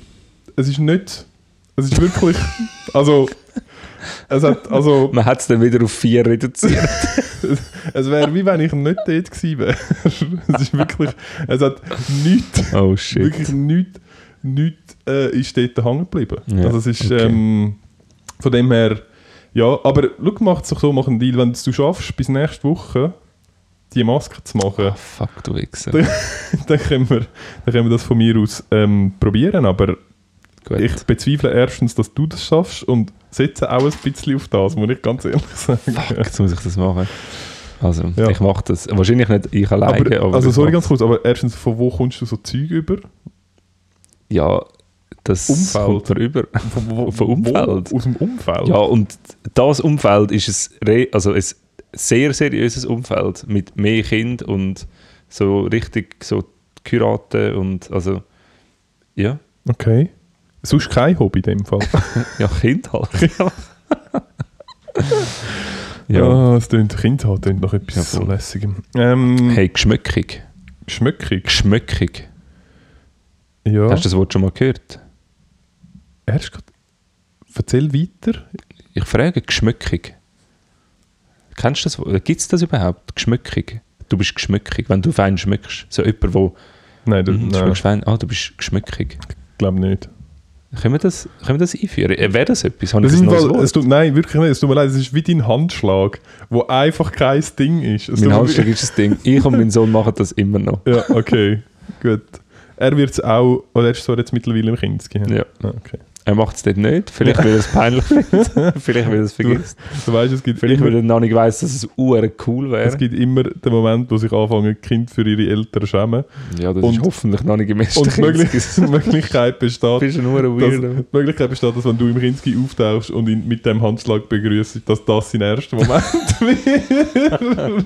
A: man hat es dann wieder auf 4 reduziert.
C: Es wäre wie wenn ich nicht dort gewesen wäre. Es ist wirklich, es hat nichts, wirklich nichts ist dort hängen geblieben.
A: Ja,
C: also es ist von dem her, ja, aber schau, macht es doch so, mach einen Deal, wenn du schaffst, bis nächste Woche die Maske zu machen.
A: Fuck, du Wichser.
C: Dann können wir das von mir aus probieren, aber gut. Ich bezweifle erstens, dass du das schaffst und setze auch ein bisschen auf das, muss ich ganz ehrlich sagen.
A: Fuck, jetzt muss ich das machen. Also, ja. Ich mache das. Wahrscheinlich nicht ich alleine.
C: Aber also, sorry, ganz kurz, aber erstens, von wo kommst du so Zeug über?
A: Ja, das
C: Umfeld.
A: Kommt mir über. Vom Umfeld.
C: Aus dem Umfeld?
A: Ja, und das Umfeld ist sehr seriöses Umfeld mit mehr Kind und so richtig so Kuraten und also, ja.
C: Okay. Sonst kein Hobby in dem Fall?
A: Ja, Kind halt.
C: Ja, das Kind halt noch etwas so Lässigem.
A: Hey, geschmöckig.
C: Geschmöckig?
A: Geschmöckig.
C: Ja.
A: Hast du das Wort schon mal gehört?
C: Erst gerade. Erzähl weiter.
A: Ich frage, geschmöckig. Kennst du das? Gibt es das überhaupt? Geschmöckig. Du bist geschmöckig, wenn du fein schmeckst. So jemand, wo...
C: Nein,
A: du schmeckst fein. Du bist geschmöckig.
C: Ich glaube nicht.
A: Können wir das einführen? Wäre das etwas?
C: Nein, wirklich nicht. Es tut mir leid, es ist wie dein Handschlag, wo einfach kein Ding ist.
A: Mein Handschlag ist das Ding. Ich und mein Sohn machen das immer noch.
C: Ja, okay. Gut. Er wird es auch... Oder er ist so jetzt mittlerweile im Kinski.
A: Ja.
C: Okay.
A: Er macht es dort nicht. Vielleicht, weil er es peinlich findet. Vielleicht, weil er es vergisst.
C: Du weißt, es gibt
A: vielleicht, weil er noch nicht weiss, dass es cool wäre.
C: Es gibt immer den Moment, wo sich anfangen, die Kinder für ihre Eltern schämen.
A: Ja, das ist hoffentlich noch nicht im ersten
C: Und die Möglichkeit besteht,
A: bist nur ein Weirdo.
C: Die Möglichkeit besteht, dass wenn du im Kinski auftauchst und ihn mit dem Handschlag begrüßt, dass das sein erster Moment wird.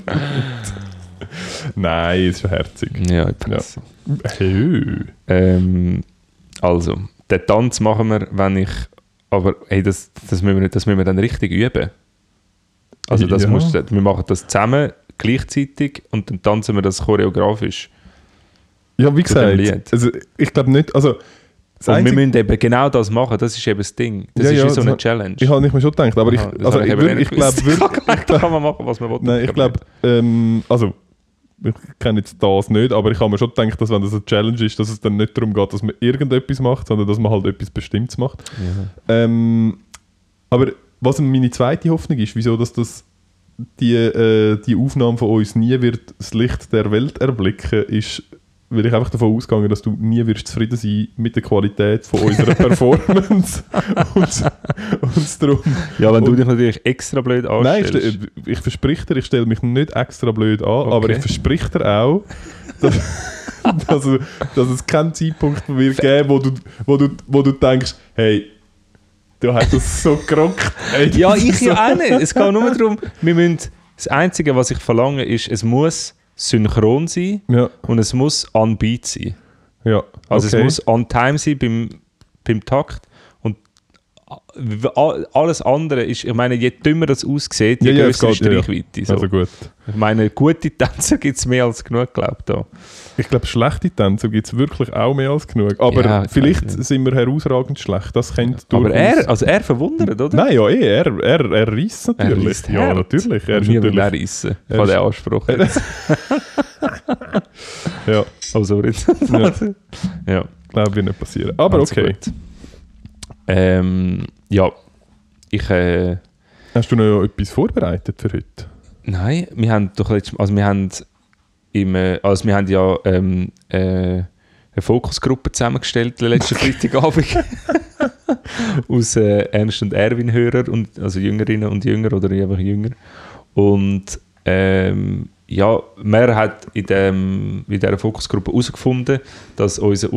C: Nein, ist schon herzig.
A: Ja, ich passe.
C: Ja.
A: Also, den Tanz machen wir, wenn ich... Aber hey, das müssen wir dann richtig üben. Also das wir machen das zusammen, gleichzeitig, und dann tanzen wir das choreografisch.
C: Ja, wie gesagt, also, ich glaube nicht... Also,
A: und wir müssen eben genau das machen, das ist eben das Ding. Das ist wie so eine Challenge.
C: Ich habe nicht mehr schon gedacht, aber ich glaube wirklich...
A: Da kann man machen, was man will.
C: Nein, ich glaube... also... Ich kenne jetzt das nicht, aber ich habe mir schon gedacht, dass wenn das eine Challenge ist, dass es dann nicht darum geht, dass man irgendetwas macht, sondern dass man halt etwas Bestimmtes macht. Ja. Aber was meine zweite Hoffnung ist, wieso dass das die Aufnahme von uns nie wird das Licht der Welt erblicken, ist, weil ich einfach davon ausgehe, dass du nie wirst zufrieden sein mit der Qualität von unserer Performance. und darum,
A: ja, wenn du dich natürlich extra blöd anstellst.
C: Nein, ich verspreche dir, ich stelle mich nicht extra blöd an, aber ich verspreche dir auch, dass es keinen Zeitpunkt von mir geben, wo du denkst, hey, du hast das so gerockt. Hey,
A: ja, ich ja auch nicht. Es geht nur darum, das Einzige, was ich verlange, ist, es muss synchron sein und es muss on beat sein.
C: Ja,
A: also es muss on time sein beim Takt und alles andere ist, ich meine, je dümmer das aussieht, je grösser ist die Reichweite. So.
C: Also gut.
A: Ich meine, gute Tänzer gibt es mehr als genug, glaube ich.
C: Ich glaube, schlechte Tänzer gibt es wirklich auch mehr als genug. Aber vielleicht sind wir herausragend schlecht. Das könnte
A: aber er verwundert, oder?
C: Nein, ja, er reisst natürlich. Ja, natürlich. Er ist
A: natürlich reissen. Ich habe den Anspruch jetzt.
C: Ja.
A: Oh, sorry. Ja.
C: Glaube, wird nicht passieren. Aber ganz okay.
A: Ja, ich...
C: Hast du noch etwas vorbereitet für heute?
A: Nein, wir haben doch letztes Mal... wir haben ja eine Fokusgruppe zusammengestellt letzten Freitagabend aus Ernst und Erwin-Hörern, also Jüngerinnen und Jünger oder einfach Jünger. Und man hat in dieser Fokusgruppe herausgefunden, dass unsere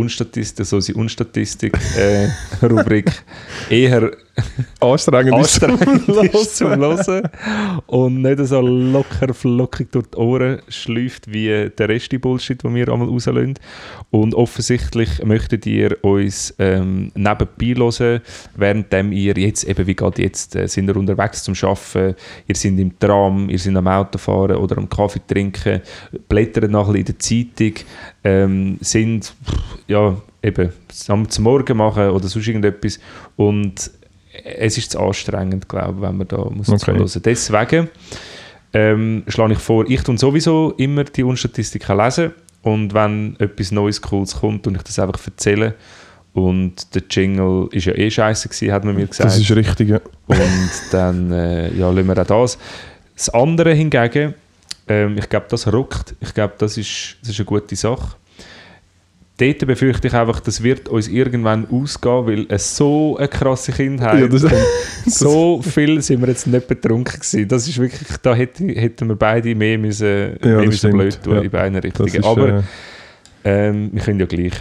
A: Unstatistik-Rubrik eher anstrengend ist zum Hören und nicht so locker flockig durch die Ohren schläuft wie der Rest der Bullshit, den wir einmal rauslösen. Und offensichtlich möchtet ihr uns nebenbei hören, währenddem ihr jetzt, eben wie gerade jetzt, sind ihr unterwegs zum Arbeiten, ihr seid im Tram, ihr seid am Autofahren oder am Kaffee trinken, blättern nachher in der Zeitung, sind eben zum Morgen machen oder sonst irgendetwas und es ist zu anstrengend, glaube ich, wenn man da muss zuhören. Deswegen schlage ich vor, ich tue sowieso immer die Unstatistiken lesen und wenn etwas Neues, Cooles kommt und ich das einfach erzähle und der Jingle ist ja scheisse gewesen, hat man mir gesagt.
C: Das ist richtig, ja.
A: Und dann lassen wir auch das. Das andere hingegen, ich glaube, das rockt. Ich glaube, das ist eine gute Sache. Dort befürchte ich einfach, das wird uns irgendwann ausgehen, weil es so eine krasse Kindheit und so viel sind wir jetzt nicht betrunken gewesen. Das ist wirklich, da hätten wir beide mehr müssen blöd tun in beiden Richtungen. Aber wir können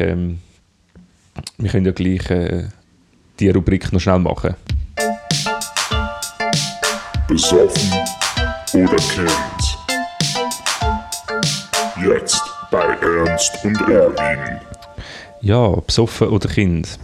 A: ja gleich die Rubrik noch schnell machen.
B: Besoffen oder kennt. Jetzt bei Ernst und Erwin.
A: Ja, besoffen oder Kind.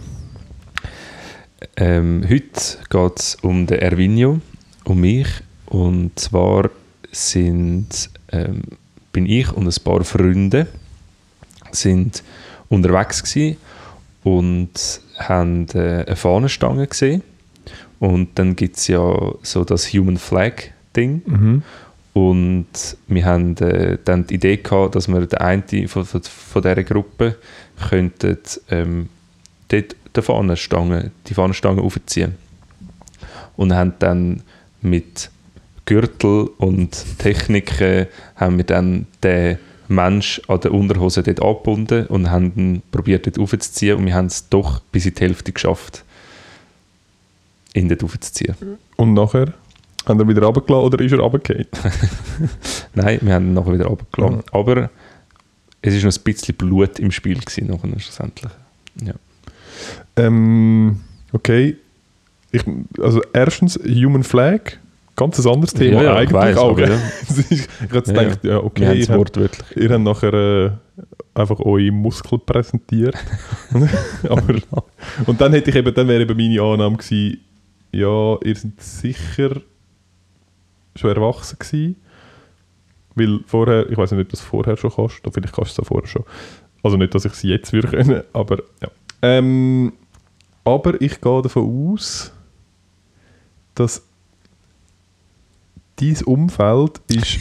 A: Heute geht es um den Erwinio, um mich. Und zwar bin ich und ein paar Freunde sind unterwegs gewesen und haben eine Fahnenstange gesehen. Und dann gibt es ja so das Human Flag Ding.
C: Mhm.
A: Und wir haben dann die Idee gehabt, dass wir den einen von dieser Gruppe könnten dort die Fahnenstange aufziehen. Und haben dann mit Gürtel und Techniken haben wir dann den Mensch an der Unterhose dort angebunden und haben dann probiert, dort aufzuziehen. Und wir haben es doch bis in die Hälfte geschafft, ihn dort aufzuziehen.
C: Und nachher? Haben wir wieder runtergelassen oder ist er runtergefallen?
A: Nein, wir haben ihn nachher wieder runtergelassen.
C: Mhm.
A: Aber es war noch ein bisschen Blut im Spiel gewesen, nachher schlussendlich. Ja.
C: Okay. Also erstens, Human Flag, ganz ein anderes Thema
A: ja,
C: eigentlich.
A: Weiss,
C: auch,
A: aber, ja.
C: Ich habe jetzt gedacht, ja, okay, ihr habt nachher einfach eure Muskeln präsentiert. Und dann wäre eben meine Annahme gewesen, ja, ihr seid sicher schon erwachsen gewesen. Weil vorher, ich weiß nicht, ob du das vorher schon kannst, oder vielleicht kannst du es auch vorher schon. Also nicht, dass ich es jetzt würde können, aber ja. Aber ich gehe davon aus, dass dein Umfeld ist...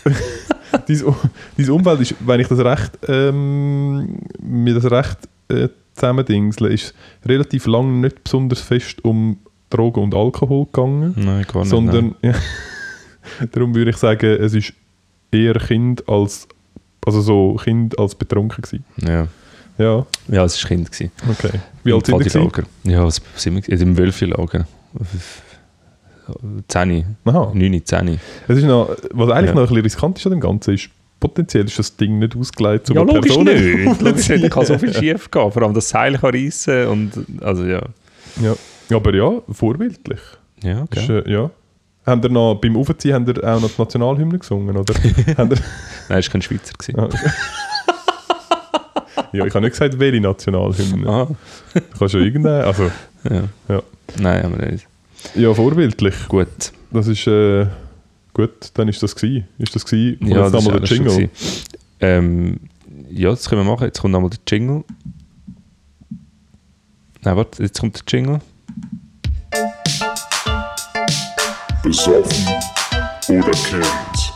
C: dein Umfeld ist, wenn ich das recht... mir das recht zusammendingsle, ist relativ lange nicht besonders fest um Drogen und Alkohol gegangen.
A: Nein, gar nicht.
C: Sondern, ja, darum würde ich sagen, es ist eher Kind als betrunken gewesen.
A: Ja.
C: Ja.
A: Ja, es war Kind gewesen.
C: Okay. Wie alt sind Sie?
A: Ja, was sind wir? Im Wölfi-Lager. 10.
C: Aha.
A: 9, 10.
C: Es ist noch, was eigentlich noch ein bisschen riskant ist an dem Ganzen, ist, potenziell ist das Ding nicht ausgelegt zu
A: ja,
C: einer
A: logisch
C: Person.
A: nicht. Logisch nicht. Da kann so viel schief gehen. Vor allem das Seil kann reissen und also ja.
C: Ja. Aber ja, vorbildlich.
A: Ja, okay.
C: Ist, ja. Haben ihr noch, beim Aufziehen haben ihr auch noch die Nationalhymne gesungen, oder?
A: Nein, es war kein Schweizer.
C: Ah, okay. Ja, ich habe nicht gesagt, welche Nationalhymne.
A: Aha.
C: Du kannst schon irgendeine, also...
A: Ja. Nein, haben wir nicht.
C: Ja, vorbildlich.
A: Gut.
C: Das ist... gut, dann ist das gewesen. Ist das gewesen? Kommt
A: Ja,
C: jetzt
A: das
C: nochmal der Jingle?
A: Ja, das können wir machen. Jetzt kommt nochmal der Jingle. Nein, warte, jetzt kommt der Jingle.
B: Besoffen oder kennt.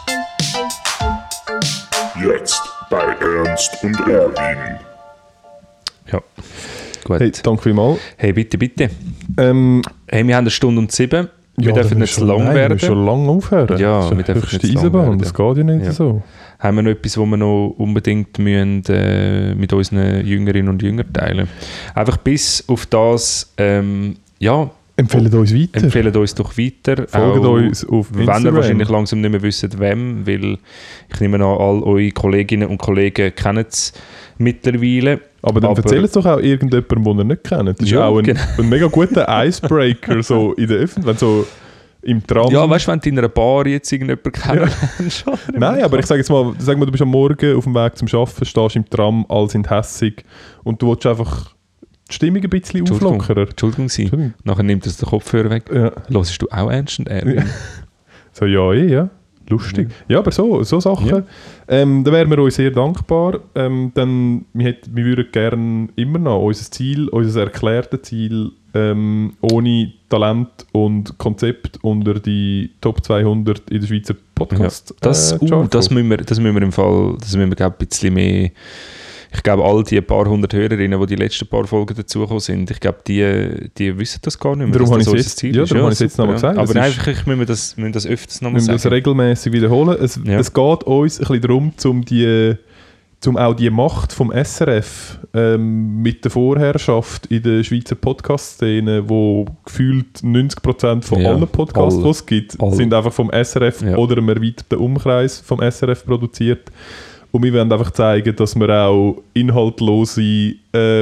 B: Jetzt bei Ernst und Erwin.
A: Ja, gut.
C: Hey, danke vielmals.
A: Hey, bitte. Hey, wir haben 1:07. Wir dürfen nicht zu lang werden.
C: Wir müssen schon lange aufhören.
A: Ja, wir dürfen nicht zu lang werden.
C: Das geht ja nicht so.
A: Haben wir noch etwas, was wir noch unbedingt müssen, mit unseren Jüngerinnen und Jüngern teilen? Einfach bis auf das,
C: empfehlen uns weiter.
A: Empfehlen uns doch weiter.
C: Folgt uns auf Instagram.
A: Wenn ihr wahrscheinlich langsam nicht mehr wisst, wem, weil ich nehme an, all eure Kolleginnen und Kollegen kennen es mittlerweile.
C: Aber dann erzählt es doch auch irgendjemandem, den ihr nicht kennt. Das ist ja auch ein mega guter Icebreaker so in der Öffentlichkeit, wenn so im Tram...
A: Ja, weißt du, wenn du in einer Bar jetzt irgendjemanden kennenlernst. Ja.
C: Nein, aber ich sage jetzt mal, du bist am Morgen auf dem Weg zum Arbeiten, stehst im Tram, alle sind hässig und du willst einfach die Stimmung ein bisschen auflockern.
A: Entschuldigung. Nachher nimmt es den Kopfhörer weg.
C: Ja.
A: Hörst du auch Ernst und Erwin?
C: Ja. So, ja. Lustig. Ja, aber so Sachen. Ja. Da wären wir uns sehr dankbar. Wir würden gerne immer noch unser erklärtes Ziel, ohne Talent und Konzept unter die Top 200 in der Schweizer Podcast.
A: Ja. Das müssen wir im Fall, ein bisschen mehr. Ich glaube, all die paar hundert Hörerinnen, die letzten paar Folgen dazugekommen sind, ich glaube, die wissen das gar nicht mehr.
C: Darum habe ich es jetzt nochmal gesagt.
A: Aber einfach müssen wir das öfters nochmal sagen.
C: Wir müssen das regelmäßig wiederholen. Es geht uns ein bisschen darum, um auch die Macht vom SRF mit der Vorherrschaft in der Schweizer Podcast-Szene, wo gefühlt 90% von allen Podcasts, die es gibt, sind einfach vom SRF oder einem erweiterten Umkreis vom SRF produziert. Und wir wollen einfach zeigen, dass wir auch inhaltlose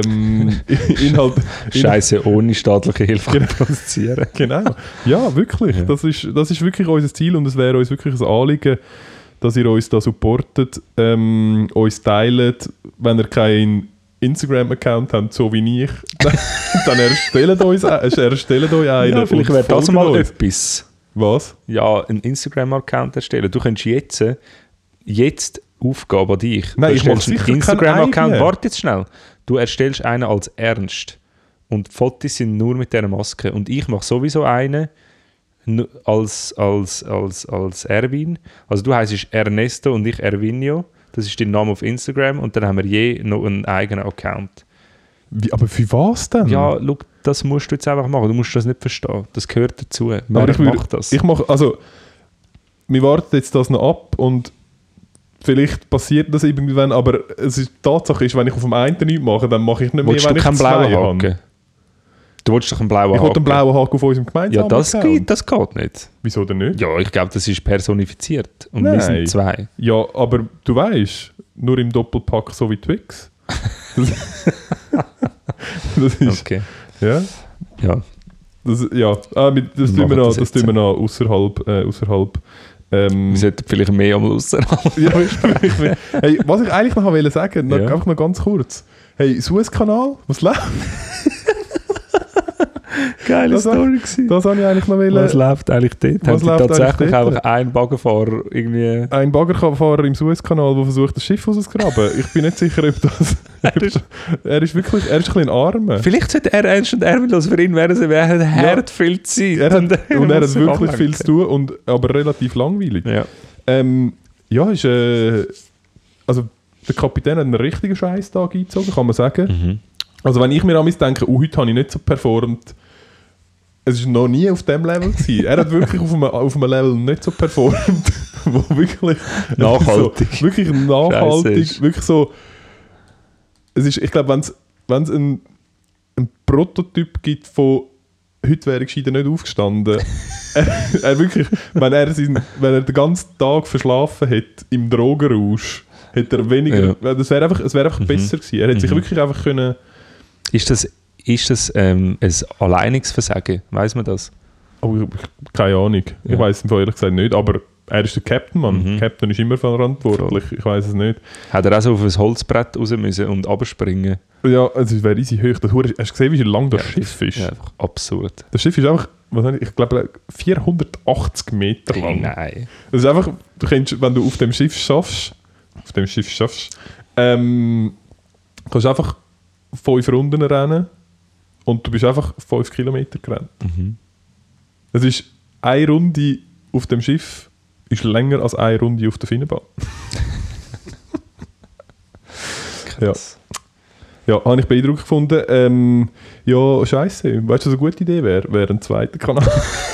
A: Scheiße ohne staatliche Hilfe produzieren.
C: Genau. Ja, wirklich. Ja. Das ist wirklich unser Ziel und es wäre uns wirklich ein Anliegen, dass ihr uns da supportet, uns teilt. Wenn ihr keinen Instagram-Account habt, so wie ich, dann erstellt euch einen.
A: Ja, vielleicht wäre das mal etwas.
C: Was?
A: Ja, einen Instagram-Account erstellen. Du könntest jetzt Aufgabe an dich.
C: Nein, ich mache sicher keinen
A: Instagram-Account. Warte jetzt schnell. Du erstellst einen als Ernst. Und die Fotos sind nur mit dieser Maske. Und ich mache sowieso einen als Erwin. Also du heisst Ernesto und ich Ervinio. Das ist dein Name auf Instagram. Und dann haben wir je noch einen eigenen Account.
C: Aber für was denn?
A: Ja, schau, das musst du jetzt einfach machen. Du musst das nicht verstehen. Das gehört dazu. Wer macht das?
C: Wir warten jetzt das noch ab und vielleicht passiert das irgendwann, aber die Tatsache ist, wenn ich auf dem einen nichts mache, dann mache ich nicht mehr, wenn ich zwei habe.
A: Du wolltest doch einen blauen Haken?
C: Ich wollte einen blauen Haken auf unserem gemeinsamen
A: Account. Das geht nicht.
C: Wieso denn nicht?
A: Ja, ich glaube, das ist personifiziert. Und wir sind 2.
C: Ja, aber du weißt, nur im Doppelpack so wie Twix. Das ist...
A: Okay.
C: Ja?
A: Ja.
C: Das tun wir noch außerhalb.
A: Wir sollten vielleicht mehr einmal außerhalb.
C: Ja, hey, was ich eigentlich noch wollte sagen, einfach noch ganz kurz. Hey, Suezkanal, was läuft?
A: Geile Story gewesen.
C: Das habe ich eigentlich noch wollen.
A: Was läuft eigentlich dort? Haben die tatsächlich einfach einen Baggerfahrer irgendwie...
C: Ein Baggerfahrer im Suezkanal, der versucht, das Schiff rauszugraben. Ich bin nicht sicher, ob das... er ist ein bisschen arm.
A: Vielleicht sollte er ernst und ärmlos für ihn werden, er hat hart viel Zeit.
C: Er hat wirklich viel zu tun, aber relativ langweilig.
A: Ja,
C: ist... also der Kapitän hat einen richtigen Scheißtag eingezogen, kann man sagen.
A: Mhm.
C: Also wenn ich mir an mich denke, heute habe ich nicht so performt, es war noch nie auf diesem Level gewesen. Er hat wirklich auf einem Level nicht so performt, wo wirklich
A: nachhaltig.
C: So, wirklich nachhaltig, wirklich so. Es ist, ich glaube, wenn es einen Prototyp gibt von heute wäre ich gescheiter nicht aufgestanden. er wirklich, wenn er den ganzen Tag verschlafen hätte im Drogenrausch, hätte er weniger. Ja. Es wäre einfach besser gewesen. Er hätte sich wirklich einfach können.
A: Ist das ein alleiniges Versagen? Weiss man das?
C: Oh, keine Ahnung. Ich weiss es ehrlich gesagt nicht. Aber er ist der Captain, Mann. Der Captain ist immer verantwortlich. Ich weiss es nicht.
A: Hat er auch so auf ein Holzbrett raus müssen und runterspringen?
C: Ja, also es wäre easy hoch. Hast du gesehen, wie lang das Schiff ist?
A: Ja, einfach absurd.
C: Das Schiff ist einfach, ich glaube, 480 Meter lang.
A: Nein.
C: Das ist einfach, du kannst, wenn du auf dem Schiff schaffst, kannst du einfach 5 Runden rennen und du bist einfach 5 Kilometer gerannt.
A: Mhm.
C: Es ist eine Runde auf dem Schiff ist länger als eine Runde auf der Finnenbahn.
A: Krass.
C: Ja, habe ich beeindruckend gefunden. Ja, scheiße. Weißt du, was eine gute Idee wäre? Wäre ein zweiter Kanal.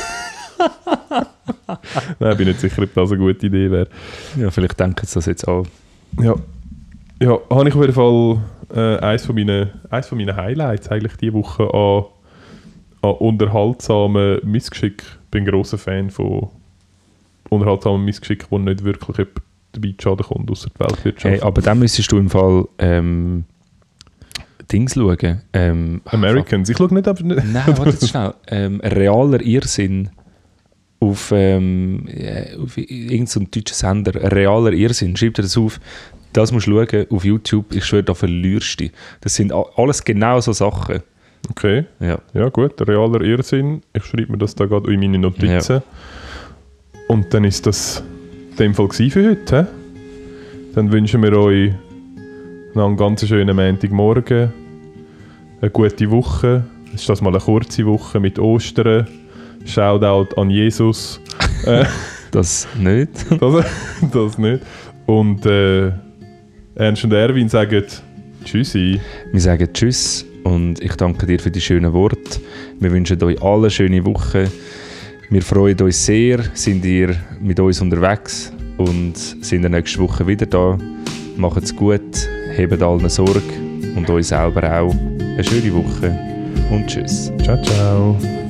C: Nein, ich bin nicht sicher, ob das eine gute Idee wäre.
A: Ja, vielleicht denken sie das jetzt auch.
C: Ja, habe ich auf jeden Fall eines von meinen Highlights eigentlich diese Woche an unterhaltsamen Missgeschick. Ich bin ein grosser Fan von unterhaltsamen Missgeschick, wo nicht wirklich dabei zu Schaden kommt, ausser die Weltwirtschaft.
A: Hey, aber dann müsstest du im Fall Dings schauen.
C: Americans. Ich schaue nicht ab...
A: Nein, warte jetzt schnell. Realer Irrsinn auf irgendeinem so deutschen Sender. Realer Irrsinn. Schreib dir das auf. Das musst du schauen auf YouTube. Ich schwöre, da verlierst du dich. Das sind alles genau so Sachen.
C: Okay. Ja gut. Realer Irrsinn. Ich schreibe mir das da gerade in meine Notizen. Ja. Und dann ist das in dem Fall für heute. Dann wünschen wir euch noch einen ganz schönen Montagmorgen, eine gute Woche. Es ist das mal eine kurze Woche mit Ostern. Shoutout an Jesus.
A: Das nicht.
C: Das nicht. Und Ernst und Erwin sagen Tschüssi.
A: Wir sagen Tschüss und ich danke dir für die schönen Worte. Wir wünschen euch alle eine schöne Woche. Wir freuen uns sehr, sind ihr mit uns unterwegs und sind nächste Woche wieder da. Macht's gut, hebt allen Sorge und euch selber auch. Eine schöne Woche und tschüss.
C: Ciao, ciao.